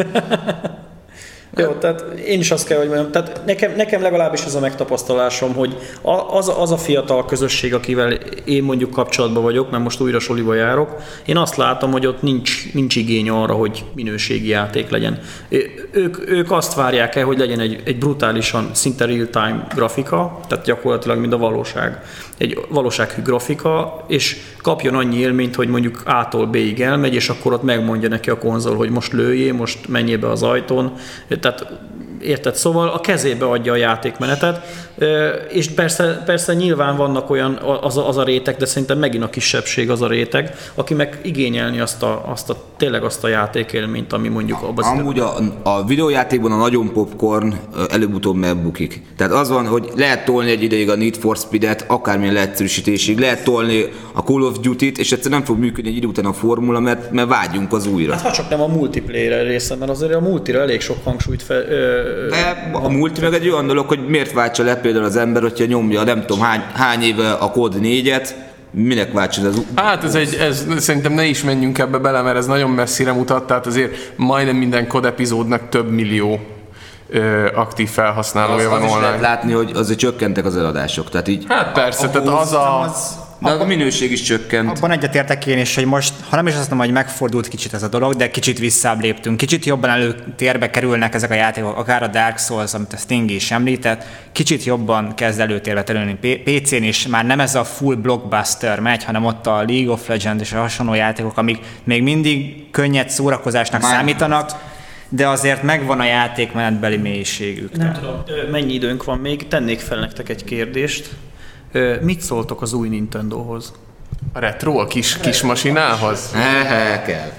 S3: Jó, tehát én is azt kell, hogy mondjam, tehát nekem, nekem legalábbis ez a megtapasztalásom, hogy az, az a fiatal közösség, akivel én mondjuk kapcsolatban vagyok, mert most újra soliba járok, én azt látom, hogy ott nincs, nincs igény arra, hogy minőségi játék legyen. Ők, ők azt várják el, hogy legyen egy, egy brutálisan, szinte real-time grafika, tehát gyakorlatilag mind a valóság. Egy valósághű grafika, és kapjon annyi élményt, hogy mondjuk A-tól B-ig elmegy, és akkor ott megmondja neki a konzol, hogy most lőjé, most menjél be az ajtón. Tehát érted? Szóval a kezébe adja a játékmenetet, és persze, persze nyilván vannak olyan, az a, az a réteg, de szerintem megint a kisebbség az a réteg, aki meg igényelni azt a, azt a, tényleg azt a játékélményt, ami mondjuk abban.
S2: Amúgy a, a videójátékban a nagyon popcorn előbb-utóbb megbukik. Tehát az van, hogy lehet tolni egy ideig a Need for Speed-et, akármilyen leegyszerűsítésig, lehet tolni a Call of Duty-t, és egyszerűen nem fog működni egy idő után a formula, mert, mert vágyunk az újra.
S3: Hát ha csak nem a multiplayer része, mert azért a multira elég sok hangsúlyt fel... Ö,
S2: De a multi meg egy olyan dolog, hogy miért váltsa le például az ember, hogyha nyomja nem tudom hány, hány éve a kód négyet, minek váltsa az...
S1: Hát ez egy, ez, szerintem ne is menjünk ebbe bele, mert ez nagyon messzire mutat, tehát azért majdnem minden kod epizódnak több millió ö, aktív felhasználója
S2: az,
S1: van
S2: az
S1: online.
S2: Is lehet látni, hogy azért csökkentek az eladások, tehát így...
S1: Hát persze, a, tehát az a...
S5: Az,
S2: de a minőség is csökkent.
S5: Abban egyetértek én is, hogy most, ha nem is azt mondom, hogy megfordult kicsit ez a dolog, de kicsit visszább léptünk. Kicsit jobban előtérbe kerülnek ezek a játékok, akár a Dark Souls, amit a Stingy is említett, kicsit jobban kezd előtérbe kerülni pé cén is, már nem ez a full blockbuster megy, hanem ott a League of Legends és a hasonló játékok, amik még mindig könnyed szórakozásnak már számítanak, de azért megvan a játékmenetbeli mélységük.
S3: Nem tudom, mennyi időnk van még, tennék fel nektek egy kérdést. Mit szóltok az új Nintendohoz?
S1: A retro, a kis, kis masinához?
S2: Hehe, kell.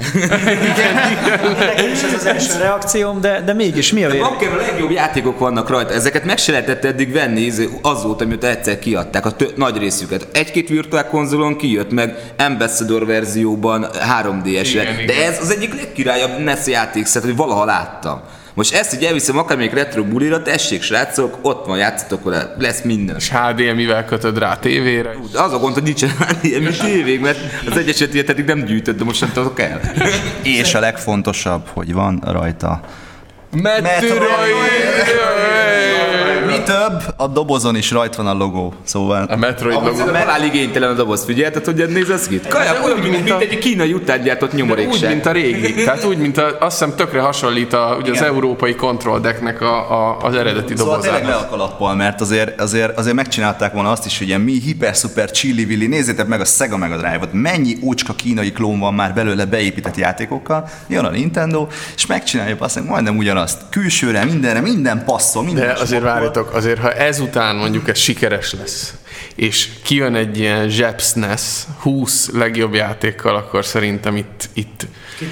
S3: Nekem is ez az első reakcióm, de, de mégis mi a vélemény?
S2: Akkor a legjobb játékok vannak rajta, ezeket meg se lehetett eddig venni azóta, mióta egyszer kiadták a tő, nagy részüket. Egy-két virtuál konzolon kijött meg Ambassador verzióban három dé esre, de
S1: igen.
S2: Ez az egyik legkirályabb en e es játékszert, hogy valaha láttam. Most ezt így elviszem akármelyik retro bulira, tessék srácok, ott van, játszatok vele, lesz minden.
S1: És há dé em i-vel kötöd rá a tévére.
S2: De az a gond, hogy nincsen há dé em i tévék, mert az egyeset ilyet eddig nem gyűjtött, de most nem tudok el.
S4: És a legfontosabb, hogy van rajta
S1: Metroid!
S4: Mi több, a dobozon is rajta van a logó, szóval...
S1: A Metroid
S2: Ahhoz
S1: logó.
S2: halál igénytelen a doboz, figyelted, hogy néz ez ki? Kajak, olyan, mint, mint egy kínai utángyártott
S1: Úgy,
S2: nyomorékság.
S1: mint a régi. Tehát úgy, mint a, azt hiszem tökre hasonlít a, ugye az európai Control Decknek a, a, az eredeti
S4: Szóval tényleg le
S1: dobozának.
S4: a kalappal, mert azért, azért, azért megcsinálták volna azt is, hogy ilyen mi hiper-szuper chili-villi, nézzétek meg a Sega Mega Drive-ot, mennyi ócska kínai klón van már belőle beépített játékokkal, jön a Nintendo, és megcsinálja azt, hogy majdnem ugyanazt. Külsőre, mindenre, minden passzol, minden.
S1: De azért várjatok, azért ha ezután mondjuk ez sikeres lesz, és kijön egy ilyen zsebsz en e es húsz legjobb játékkal, akkor szerintem itt, itt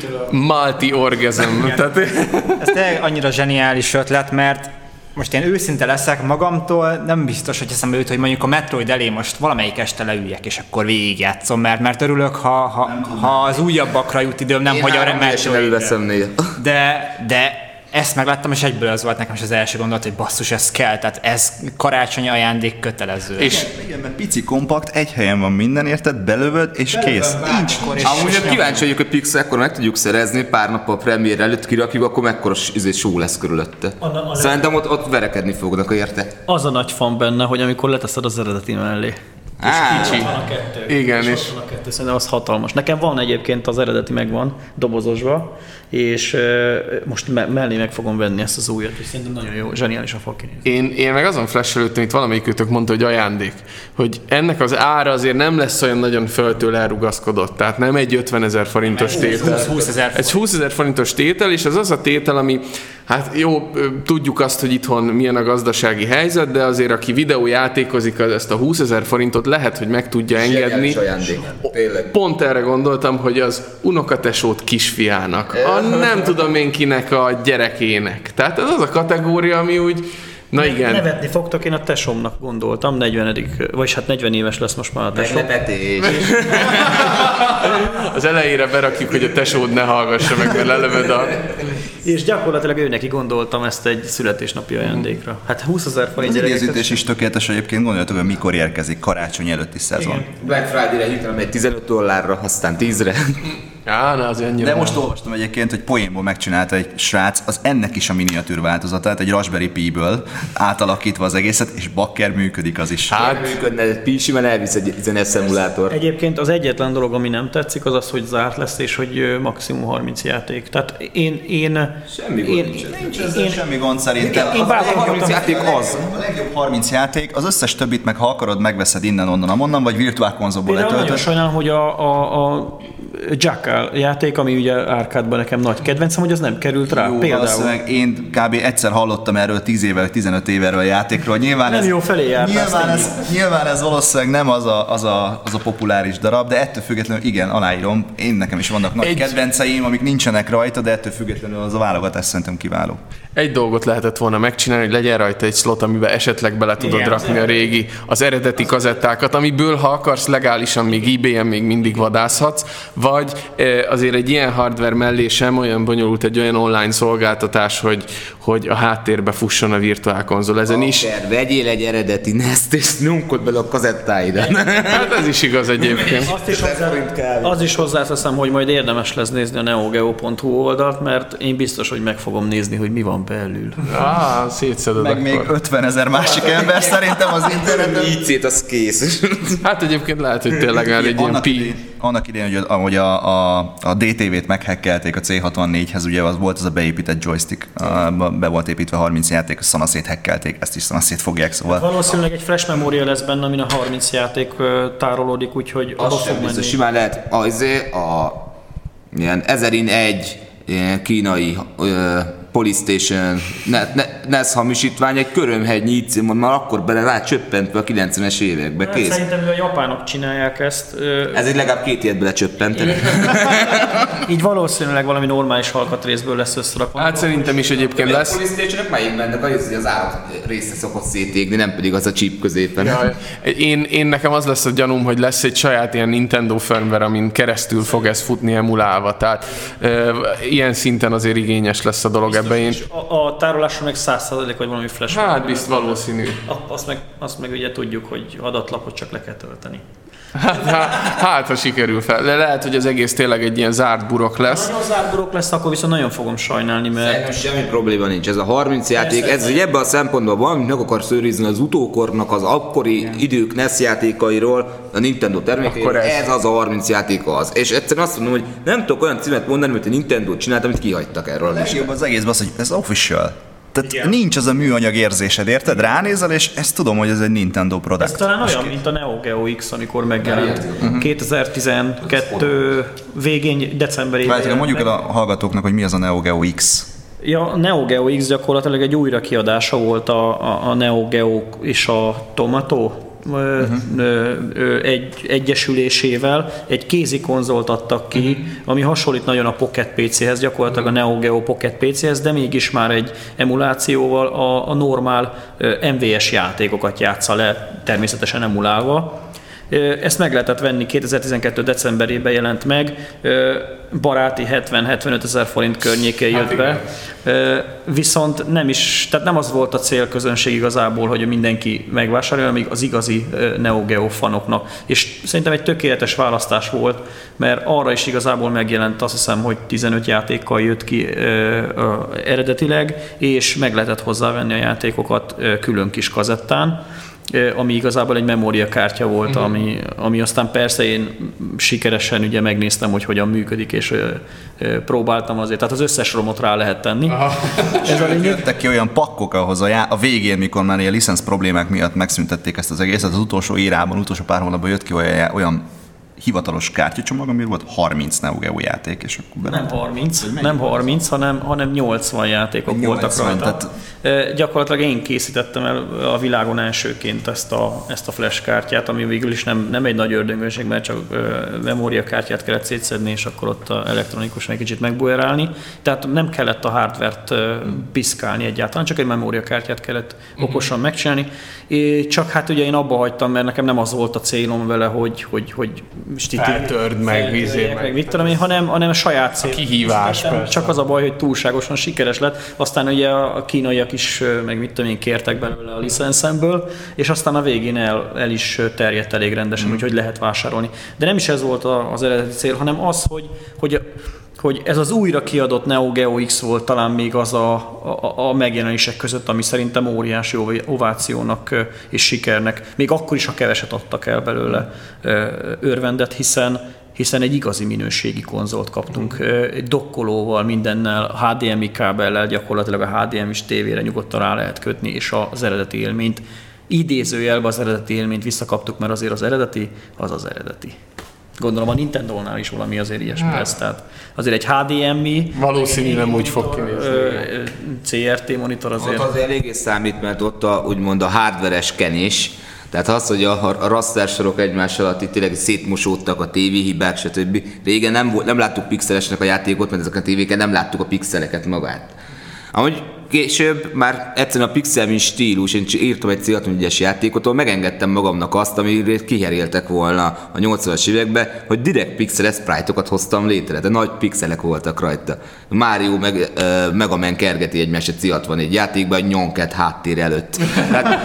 S1: multi-orgasm. Tehát...
S5: Ez tényleg annyira zseniális ötlet, mert most én őszinte leszek magamtól, nem biztos, hogy eszembe jut, hogy mondjuk a Metroid elé most valamelyik este leüljek, és akkor végigjátszom, mert, mert örülök, ha, ha, ha az újabbakra jut időm, nem
S2: Én
S5: hogy a
S2: Metroid előveszem néha.
S5: De, de ezt megláttam, és egyből az volt nekem is az első gondolat, hogy basszus, ez kell, tehát ez karácsonyi ajándék kötelező.
S1: És
S4: Igen, mert pici, kompakt, egy helyen van minden, érted, belövöd, és kész. Nincs.
S2: Amúgy kíváncsi vagyok, hogy Pixel akkor meg tudjuk szerezni, pár nap a premier előtt kirakjuk, akkor mekkora show lesz körülötte.
S3: A- a-
S2: Szerintem ott, ott verekedni fognak, érte?
S3: Az a nagy fan benne, hogy amikor leteszed az eredeti mellé.
S2: Á,
S1: kicsi.
S3: Van a kettő.
S1: Igen,
S3: és...
S1: és-
S3: ott van a kettő, szerintem az hatalmas. Nekem van egyébként az eredeti megvan, dobozosba, és uh, most me- mellé meg fogom venni ezt az újat, és szerintem nagyon jó, zseniális a fakinéz.
S1: Én, én meg azon flashelődtem, itt valamelyikőtök mondta, hogy ajándék, hogy ennek az ára azért nem lesz olyan nagyon föltől elrugaszkodott, tehát nem egy ötvenezer forintos tétel.
S5: húszezer
S1: Egy húszezer forintos tétel, és ez az a tétel, ami, hát jó, tudjuk azt, hogy itthon milyen a gazdasági helyzet, de azért aki videójátékozik, az ezt a húszezer forintot lehet, hogy meg tudja engedni.
S2: ajándék. Tényleg.
S1: Pont erre gondoltam, hogy az unokatesót kisfiának, a nem tudom én kinek a gyerekének. Tehát ez az a kategória, ami úgy Na igen.
S3: Nevetni fogtok, én a tesómnak gondoltam, negyvenedik, vagy hát negyven éves lesz most már a tesóm.
S2: Meglepetés.
S1: Az elejére berakjuk, hogy a tesód ne hallgassa meg, mert lelövöd a...
S3: És gyakorlatilag ő neki gondoltam ezt egy születésnapi ajándékra. Hát húszezer forint
S4: Az
S3: gyerekek.
S4: idézítés is tökéletes egyébként, gondoljatok, hogy mikor érkezik karácsony előtti szezon.
S3: Igen.
S2: Black Friday-re hirtelen megy tizenöt dollárra, aztán tízre.
S1: Á, na, az ennyire.
S4: De most olvastam egyébként, hogy poénból megcsinálta egy srác az ennek is a miniatűr változatát, egy Raspberry Pi-ből átalakítva az egészet, és bakker működik az is.
S2: Hát működne, Pi simán elvisz egy zenes szimulátor.
S3: Egyébként az egyetlen dolog, ami nem tetszik, az az, hogy zárt lesz, és hogy ö, maximum harminc játék. Tehát én... én
S2: Semmi gond
S3: én,
S2: nincs ezzel.
S4: Nincs ezzel semmi gond szerintem.
S3: Én
S4: Az
S3: bátran
S4: a
S2: harminc játék az.
S4: A legjobb harminc játék, az összes többit meg ha akarod, megveszed innen, onnan, amonnan, vagy virtuál konzolból
S3: Például nagyon
S4: letöltöd.
S3: sajnálom, hogy a, a, a Jackal játék, ami ugye árkádban nekem nagy kedvencem, hogy az nem került rá.
S4: Jó,
S3: Például.
S4: valószínűleg én kb. Egyszer hallottam erről tíz éve, vagy tizenöt éve erről a játékról. Nyilván
S3: Nem
S4: ez,
S3: jó felé jártál,
S4: nyilván
S3: ez
S4: ez, nyilván ez valószínűleg nem az a, az, a, az a populáris darab, de ettől függetlenül igen, aláírom. Én nekem is vannak nagy
S1: Egy-
S4: kedvenceim, amik nincsenek rajta, de ettől függetlenül az a válogatás szerintem kiváló.
S1: Egy dolgot lehetett volna megcsinálni, hogy legyen rajta egy slot, amiben esetleg bele tudod
S5: Igen.
S1: rakni a régi, az eredeti kazettákat, amiből, ha akarsz, legálisan még eBay-en még mindig vadászhatsz, vagy eh, azért egy ilyen hardware mellé sem olyan bonyolult egy olyan online szolgáltatás, hogy, hogy a háttérbe fusson a virtuál konzol. Ezen is.
S2: Bakker, vegyél egy eredeti neszt, és nyomkod bele a kazettáidat.
S1: Hát ez is igaz egyébként.
S3: Azt is, hozzá, az is hozzáteszem, hogy majd érdemes lesz nézni a neogeo pont hu oldalt, mert én biztos, hogy meg fogom nézni, hogy mi van belül.
S1: Á, szétszeded
S4: Meg
S1: akkor.
S4: még ötvenezer másik ember szerintem az interneten.
S2: í cét, az kész.
S1: Hát egyébként lehet, hogy tényleg már egy ilyen
S4: Annak
S1: pi...
S4: idején, annak idején, hogy, ahogy a, a, a dé té vét meghekkelték a cé hatvannégyhez, ugye az volt az a beépített joystick, a, be volt építve harminc játék, a szanaszét hekkelték, ezt is szanaszét fogják, szóval.
S3: Valószínűleg egy flash memória lesz benne, amin a harminc játék ö, tárolódik, úgyhogy abba
S2: Az
S3: fog
S2: sem
S3: menni.
S2: biztos, simán lehet az a ilyen ezerin egy ilyen kínai ö, Polystation ne, ne, NES hamisítvány, egy körömhegynyi í cé, már akkor bele rá csöppentve a kilencvenes évekbe,
S3: Hát
S2: kész.
S3: szerintem a japánok csinálják ezt. Ö,
S2: Ez egy legalább két ilyet bele csöppenteni.
S3: így valószínűleg valami normális alkatrészből lesz összerakva.
S1: Hát szerintem is egyébként
S2: A
S1: lesz.
S2: Polystation-ok melyik mennek, az, hogy az állat része szokott szétégni, nem pedig az a chip középen.
S1: Jaj, Én, én nekem az lesz a gyanúm, hogy lesz egy saját ilyen Nintendo firmware, amin keresztül fog ez futni emulálva. Tehát e, ilyen szinten azért igényes lesz a dolog ebben. Én,
S3: A, a tárolásra meg száz százalék vagy valami flash.
S1: hát biztos valószínű.
S3: A- Azt meg, azt meg ugye tudjuk, hogy adatlapot csak le kell tölteni.
S1: Hát, hát, hát ha sikerül fel. De lehet, hogy az egész tényleg egy ilyen zárt burok lesz.
S3: Ha nagyon zárburok lesz, akkor viszont nagyon fogom sajnálni, mert
S2: Szerintem semmi probléma nincs. Ez a harminc játék, ez hogy ebben a szempontból van, amit meg akarsz őrizni az utókornak az akkori idők NES játékairól, a Nintendo termékeiről,
S1: Akkor ez.
S2: ez az a harminc játék az. És egyszerűen azt mondom, hogy nem tudok olyan címet mondani, amit a Nintendo csinált, amit kihagytak erről a
S4: Legjobb
S2: listáról.
S4: az egészben az, hogy ez official. Tehát
S3: Igen.
S4: nincs az a műanyag érzésed, érted? Ránézel, és ezt tudom, hogy ez egy Nintendo
S3: ez
S4: product.
S3: talán olyan, mint a Neo Geo X, amikor megjelent. kétezer-tizenkettő végén, decemberében.
S4: Várjátok,
S3: jelent
S4: mondjuk
S3: meg.
S4: el a hallgatóknak, hogy mi az a Neo Geo X.
S3: Ja, a Neo Geo X gyakorlatilag egy újra kiadása volt a, a, a Neo Geo és a Tomato ö, ö, ö, egy, egyesülésével. Egy kézi konzolt adtak ki, ami hasonlít nagyon a Pocket pé céhez, gyakorlatilag a Neo Geo Pocket pé céhez, de mégis már egy emulációval a, a normál ö, em vé es játékokat játsza le, természetesen emulálva. Ö, Ezt meg lehetett venni, kétezer-tizenkettő decemberében jelent meg, ö, baráti hetven-hetvenöt ezer forint környékén jött be, Ö, viszont nem is, tehát nem az volt a célközönség igazából, hogy mindenki megvásárolja, még az igazi ö, Neo Geo fanoknak. És szerintem egy tökéletes választás volt, mert arra is igazából megjelent, azt hiszem, hogy tizenöt játékkal jött ki ö, ö, eredetileg, és meg lehetett hozzávenni a játékokat ö, külön kis kazettán, ami igazából egy memóriakártya volt, mm. ami, ami aztán persze én sikeresen ugye megnéztem, hogy hogyan működik, és ö, ö, próbáltam azért, tehát az összes romot rá lehet tenni.
S4: Ez a lényeg. Jöttek ki olyan pakkok ahhoz a, já- a végén, mikor már ilyen licensz problémák miatt megszüntették ezt az egészet, az utolsó írában, utolsó pár hónapban jött ki olyan, já- olyan hivatalos kártyacsomag, ami volt harminc Neo Geo játék, és akkor
S3: nem harminc, nem harminc, hanem, hanem nyolcvan játékok
S4: nyolcvan,
S3: voltak rajta. Tehát... E, gyakorlatilag én készítettem el a világon elsőként ezt a, ezt a flash kártyát, ami végül is nem, nem egy nagy ördöngőség, mert csak e, memóriakártyát kellett szétszedni, és akkor ott elektronikusan egy kicsit megbujerálni. Tehát nem kellett a hardvert e, piszkálni egyáltalán, csak egy memóriakártyát kellett uh-huh. okosan megcsinálni. É, csak hát ugye én abba hagytam, mert nekem nem az volt a célom vele, hogy, hogy, hogy
S1: feltörd meg, vízé meg,
S3: meg tudom én, hanem, hanem a saját cél.
S1: A kihívás.
S3: Csak az a baj, hogy túlságosan sikeres lett. Aztán ugye a kínaiak is, meg mit tudom én, kértek belőle a licenszemből, és aztán a végén el, el is terjedt elég rendesen, mm. úgyhogy lehet vásárolni. De nem is ez volt az eredeti cél, hanem az, hogy, hogy hogy ez az újra kiadott Neo Geo X volt talán még az a, a, a megjelenések között, ami szerintem óriási ovációnak és sikernek, még akkor is, ha keveset adtak el belőle, örvendett, hiszen hiszen egy igazi minőségi konzolt kaptunk, egy dokkolóval, mindennel, há dé em i kábellel, gyakorlatilag a há dé em is tévére nyugodtan rá lehet kötni, és az eredeti élményt, idézőjelben az eredeti élményt visszakaptuk, mert azért az eredeti, az az eredeti. Gondolom a Nintendo-nál is valami azért ilyesmi lesz, tehát azért egy há dé em i,
S1: valószínűleg nem úgy fog kinézni.
S3: cé er té monitor azért.
S2: Ott azért eléggé számít, mert ott a, úgymond a hardveres kenés, tehát az, hogy a, a rastersorok egymás alatt itt tényleg szétmosódtak, a tévéhibák, stb. Régen nem, volt, nem láttuk pixelesnek a játékot, mert ezek a tévéken nem láttuk a pixeleket magát. Amúgy később már egyszerűen a pixel mint stílus, én írtam egy célhatonyegyes játékot, ahol megengedtem magamnak azt, amire kiheréltek volna a nyolcvanas években, hogy direkt pixeles sprite-okat hoztam létre, de nagy pixelek voltak rajta. Mario meg uh, Mega Man kergeti egymást egy cé hatvanegy játékban egy nyomket háttér előtt. Hát,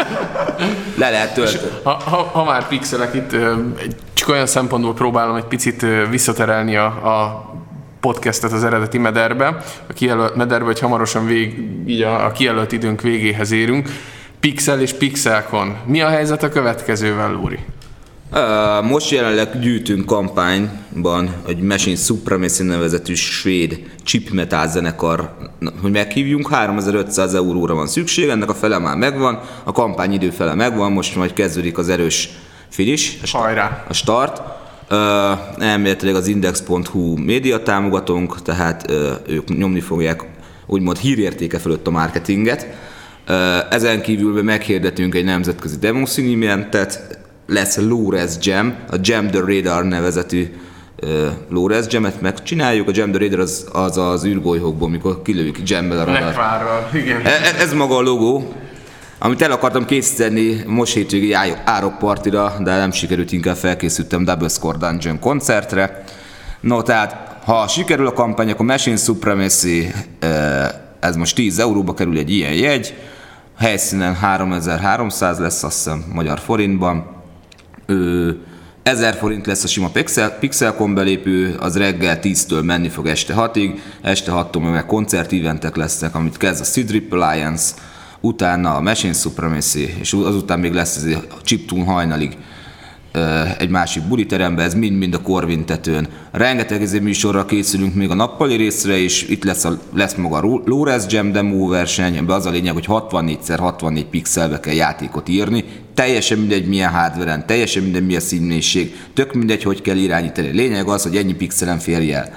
S2: le lehet tölteni.
S1: Ha, ha, ha már pixelek, itt csak olyan szempontból próbálom egy picit visszaterelni a, a podcastet az eredeti mederbe, a kijelölt mederbe, hogy hamarosan vég, így a, a kijelölt időnk végéhez érünk. Pixel és Pixelcon. Mi a helyzet a következővel, Lóri?
S2: Uh, most jelenleg gyűjtünk kampányban egy Machine Supremacy nevezetű svéd chip metal zenekar, hogy meghívjunk, háromezer-ötszáz euróra van szükség, ennek a fele már megvan, a kampány idő fele megvan, most majd kezdődik az erős finish, a,
S1: Hajrá.
S2: a start. Uh, elméletileg az index pont hu média támogatónk, tehát uh, ők nyomni fogják úgymond hírértéke fölött a marketinget. Uh, ezen kívül meghirdetünk egy nemzetközi demoszínimentet, lesz Low-Res Jam, a Jam the Radar nevezetű uh, Low-Res Jamet megcsináljuk. A Jam the Radar az az, az űrgolyhókból, mikor kilőjük jammel a radar.
S1: Lekvárral, igen.
S2: Ez, ez maga a logó, amit el akartam készíteni most hétvégi árokpartira, de nem sikerült, inkább felkészültem Double Score Dungeon koncertre. No, tehát ha sikerül a kampány, akkor Machine Supremacy, ez most tíz euróba kerül egy ilyen jegy, helyszínen háromezer-háromszáz lesz, azt hiszem, magyar forintban. ezer forint lesz a sima Pixel, Pixelcon belépő, az reggel tíztől menni fog este hatig, este hattól meg koncerteventek lesznek, amit kezd a Seed Alliance, utána a Machine Supremacy, és azután még lesz ez a Chiptune hajnalig egy másik buliteremben, ez mind-mind a Corvin tetőn. Rengeteg ezért műsorra készülünk még a nappali részre, és itt lesz, a, lesz maga a Low-Res Jam demo verseny, amiben az a lényeg, hogy hatvannégy szer hatvannégy pixelbe kell játékot írni, teljesen mindegy milyen hardveren, teljesen mindegy milyen színmélyiség, tök mindegy, hogy kell irányítani. Lényeg az, hogy ennyi pixelen férj el.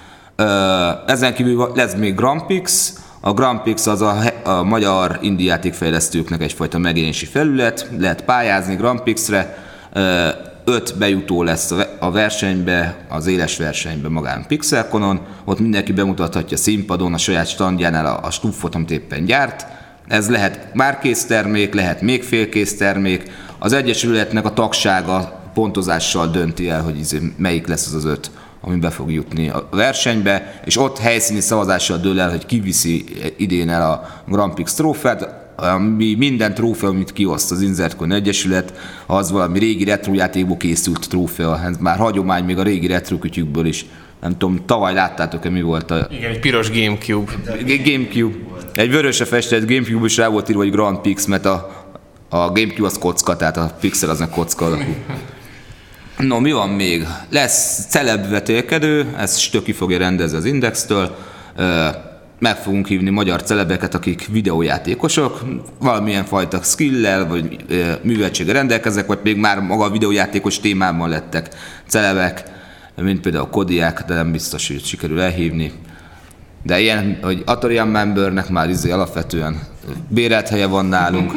S2: Ezen kívül lesz még Grampix. A Grampix az a, a magyar indie játékfejlesztőknek egyfajta megjelenési felület, lehet pályázni Grampixre, öt bejutó lesz a versenybe, az éles versenybe magán Pixelconon, ott mindenki bemutathatja színpadon a saját standjánál a, a stuffot, amit éppen gyárt. Ez lehet már kész termék, lehet még félkész termék. Az egyesületnek a tagsága pontozással dönti el, hogy melyik lesz az az öt, ami be fog jutni a versenybe, és ott helyszíni szavazással dől el, hogy ki viszi idén el a Grampix trófeát. Ami minden trófea, amit kioszt az Inzertcoin Egyesület, az valami régi retrojátékból készült trófea. Ez már hagyomány még a régi retrokütyükből is. Nem tudom, tavaly láttátok-e, mi volt a...
S1: Igen, egy piros Gamecube.
S2: Gamecube. Egy vörösre festett Gamecube, és rá volt írva, hogy Grand Pix, mert a, a Gamecube az kocka, tehát a pixel az meg kocka alakú. No, mi van még? Lesz celeb vetélkedő, ezt Stöki fogja rendezni az Indextől. meg fogunk hívni magyar celebeket, akik videójátékosok, valamilyen fajta skill-lel, vagy műveltséggel rendelkeznek, vagy még már maga a videójátékos témában lettek celebek, mint például Kodiák, de nem biztos, hogy sikerül elhívni. De ilyen, hogy Atorian membernek már izé alapvetően bérelt helye van nálunk.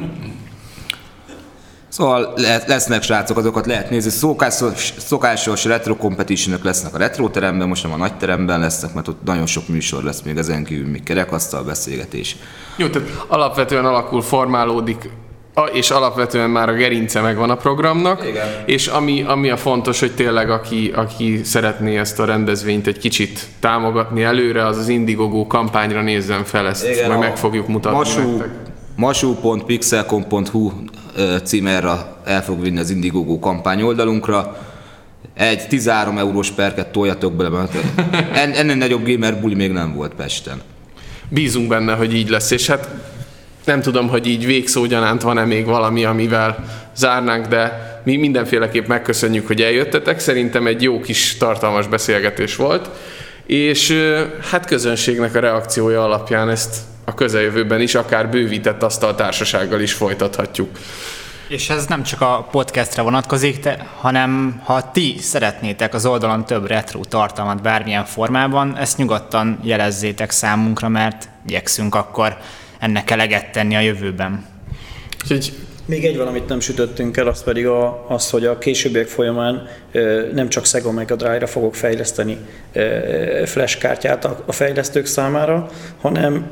S2: Szóval lesznek srácok, azokat lehet nézni. Szokásos, szokásos retro competitionok lesznek a retro teremben, most nem a nagy teremben lesznek, mert ott nagyon sok műsor lesz még ezen kívül, még kerekasztal beszélgetés.
S1: Jó, tehát alapvetően alakul, formálódik, és alapvetően már a gerince megvan a programnak. Igen. És ami, ami a fontos, hogy tényleg aki, aki szeretné ezt a rendezvényt egy kicsit támogatni előre, az az Indiegogo kampányra nézzen fel, ezt igen, majd meg fogjuk mutatni
S2: Masú,
S1: nektek.
S2: masú pont pixelcom pont hu címerre el fog vinni az Indiegogo kampány oldalunkra. Egy tizenhárom eurós perket toljatok bele, mert en, ennél nagyobb gamer buli még nem volt Pesten.
S1: Bízunk benne, hogy így lesz, és hát nem tudom, hogy így végszógyanánt van-e még valami, amivel zárnánk, de mi mindenféleképp megköszönjük, hogy eljöttetek. Szerintem egy jó kis tartalmas beszélgetés volt, és hát közönségnek a reakciója alapján ezt a közeljövőben is, akár bővített asztaltársasággal is folytathatjuk.
S5: És ez nem csak a podcastre vonatkozik, te, hanem ha ti szeretnétek az oldalon több retro tartalmat bármilyen formában, ezt nyugodtan jelezzétek számunkra, mert igyekszünk akkor ennek eleget tenni a jövőben.
S1: Úgyhogy
S3: még egy valamit nem sütöttünk el, az pedig a, az, hogy a későbbiek folyamán nem csak Sega Mega Drive-ra fogok fejleszteni flash kártyát a fejlesztők számára, hanem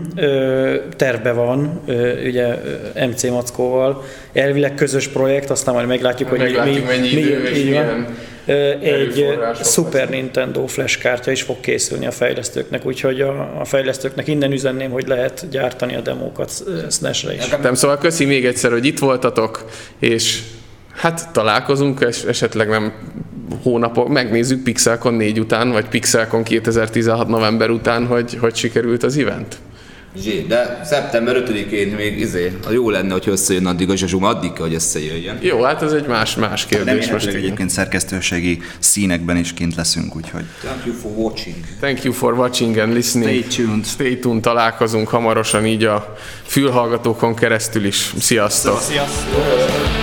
S3: tervbe van, ugye em cé Mackóval, elvileg közös projekt, aztán majd meglátjuk, hogy
S1: meglátjuk, mi, mi, idő, mi, mi van.
S3: Egy Super Nintendo flash kártya is fog készülni a fejlesztőknek, úgyhogy a, a fejlesztőknek innen üzenném, hogy lehet gyártani a demókat es en e es-re is.
S1: Nem, szóval köszi még egyszer, hogy itt voltatok, és hát találkozunk, és esetleg nem hónapok, megnézzük Pixelcon négy után, vagy Pixelcon kétezer-tizenhat november után, hogy, hogy sikerült az event.
S2: Zsé, de szeptember ötödikén még izé, jó lenne, hogy összejön addig a Zsazsum, addig kell, hogy összejöjjön.
S1: Jó, hát ez egy más, más kérdés.
S4: Most egyébként szerkesztőségi színekben is kint leszünk, úgyhogy...
S2: Thank you for watching.
S1: Thank you for watching and listening.
S4: Stay tuned.
S1: Stay tuned, találkozunk hamarosan így a fülhallgatókon keresztül is. Sziasztok!
S5: Sziasztok!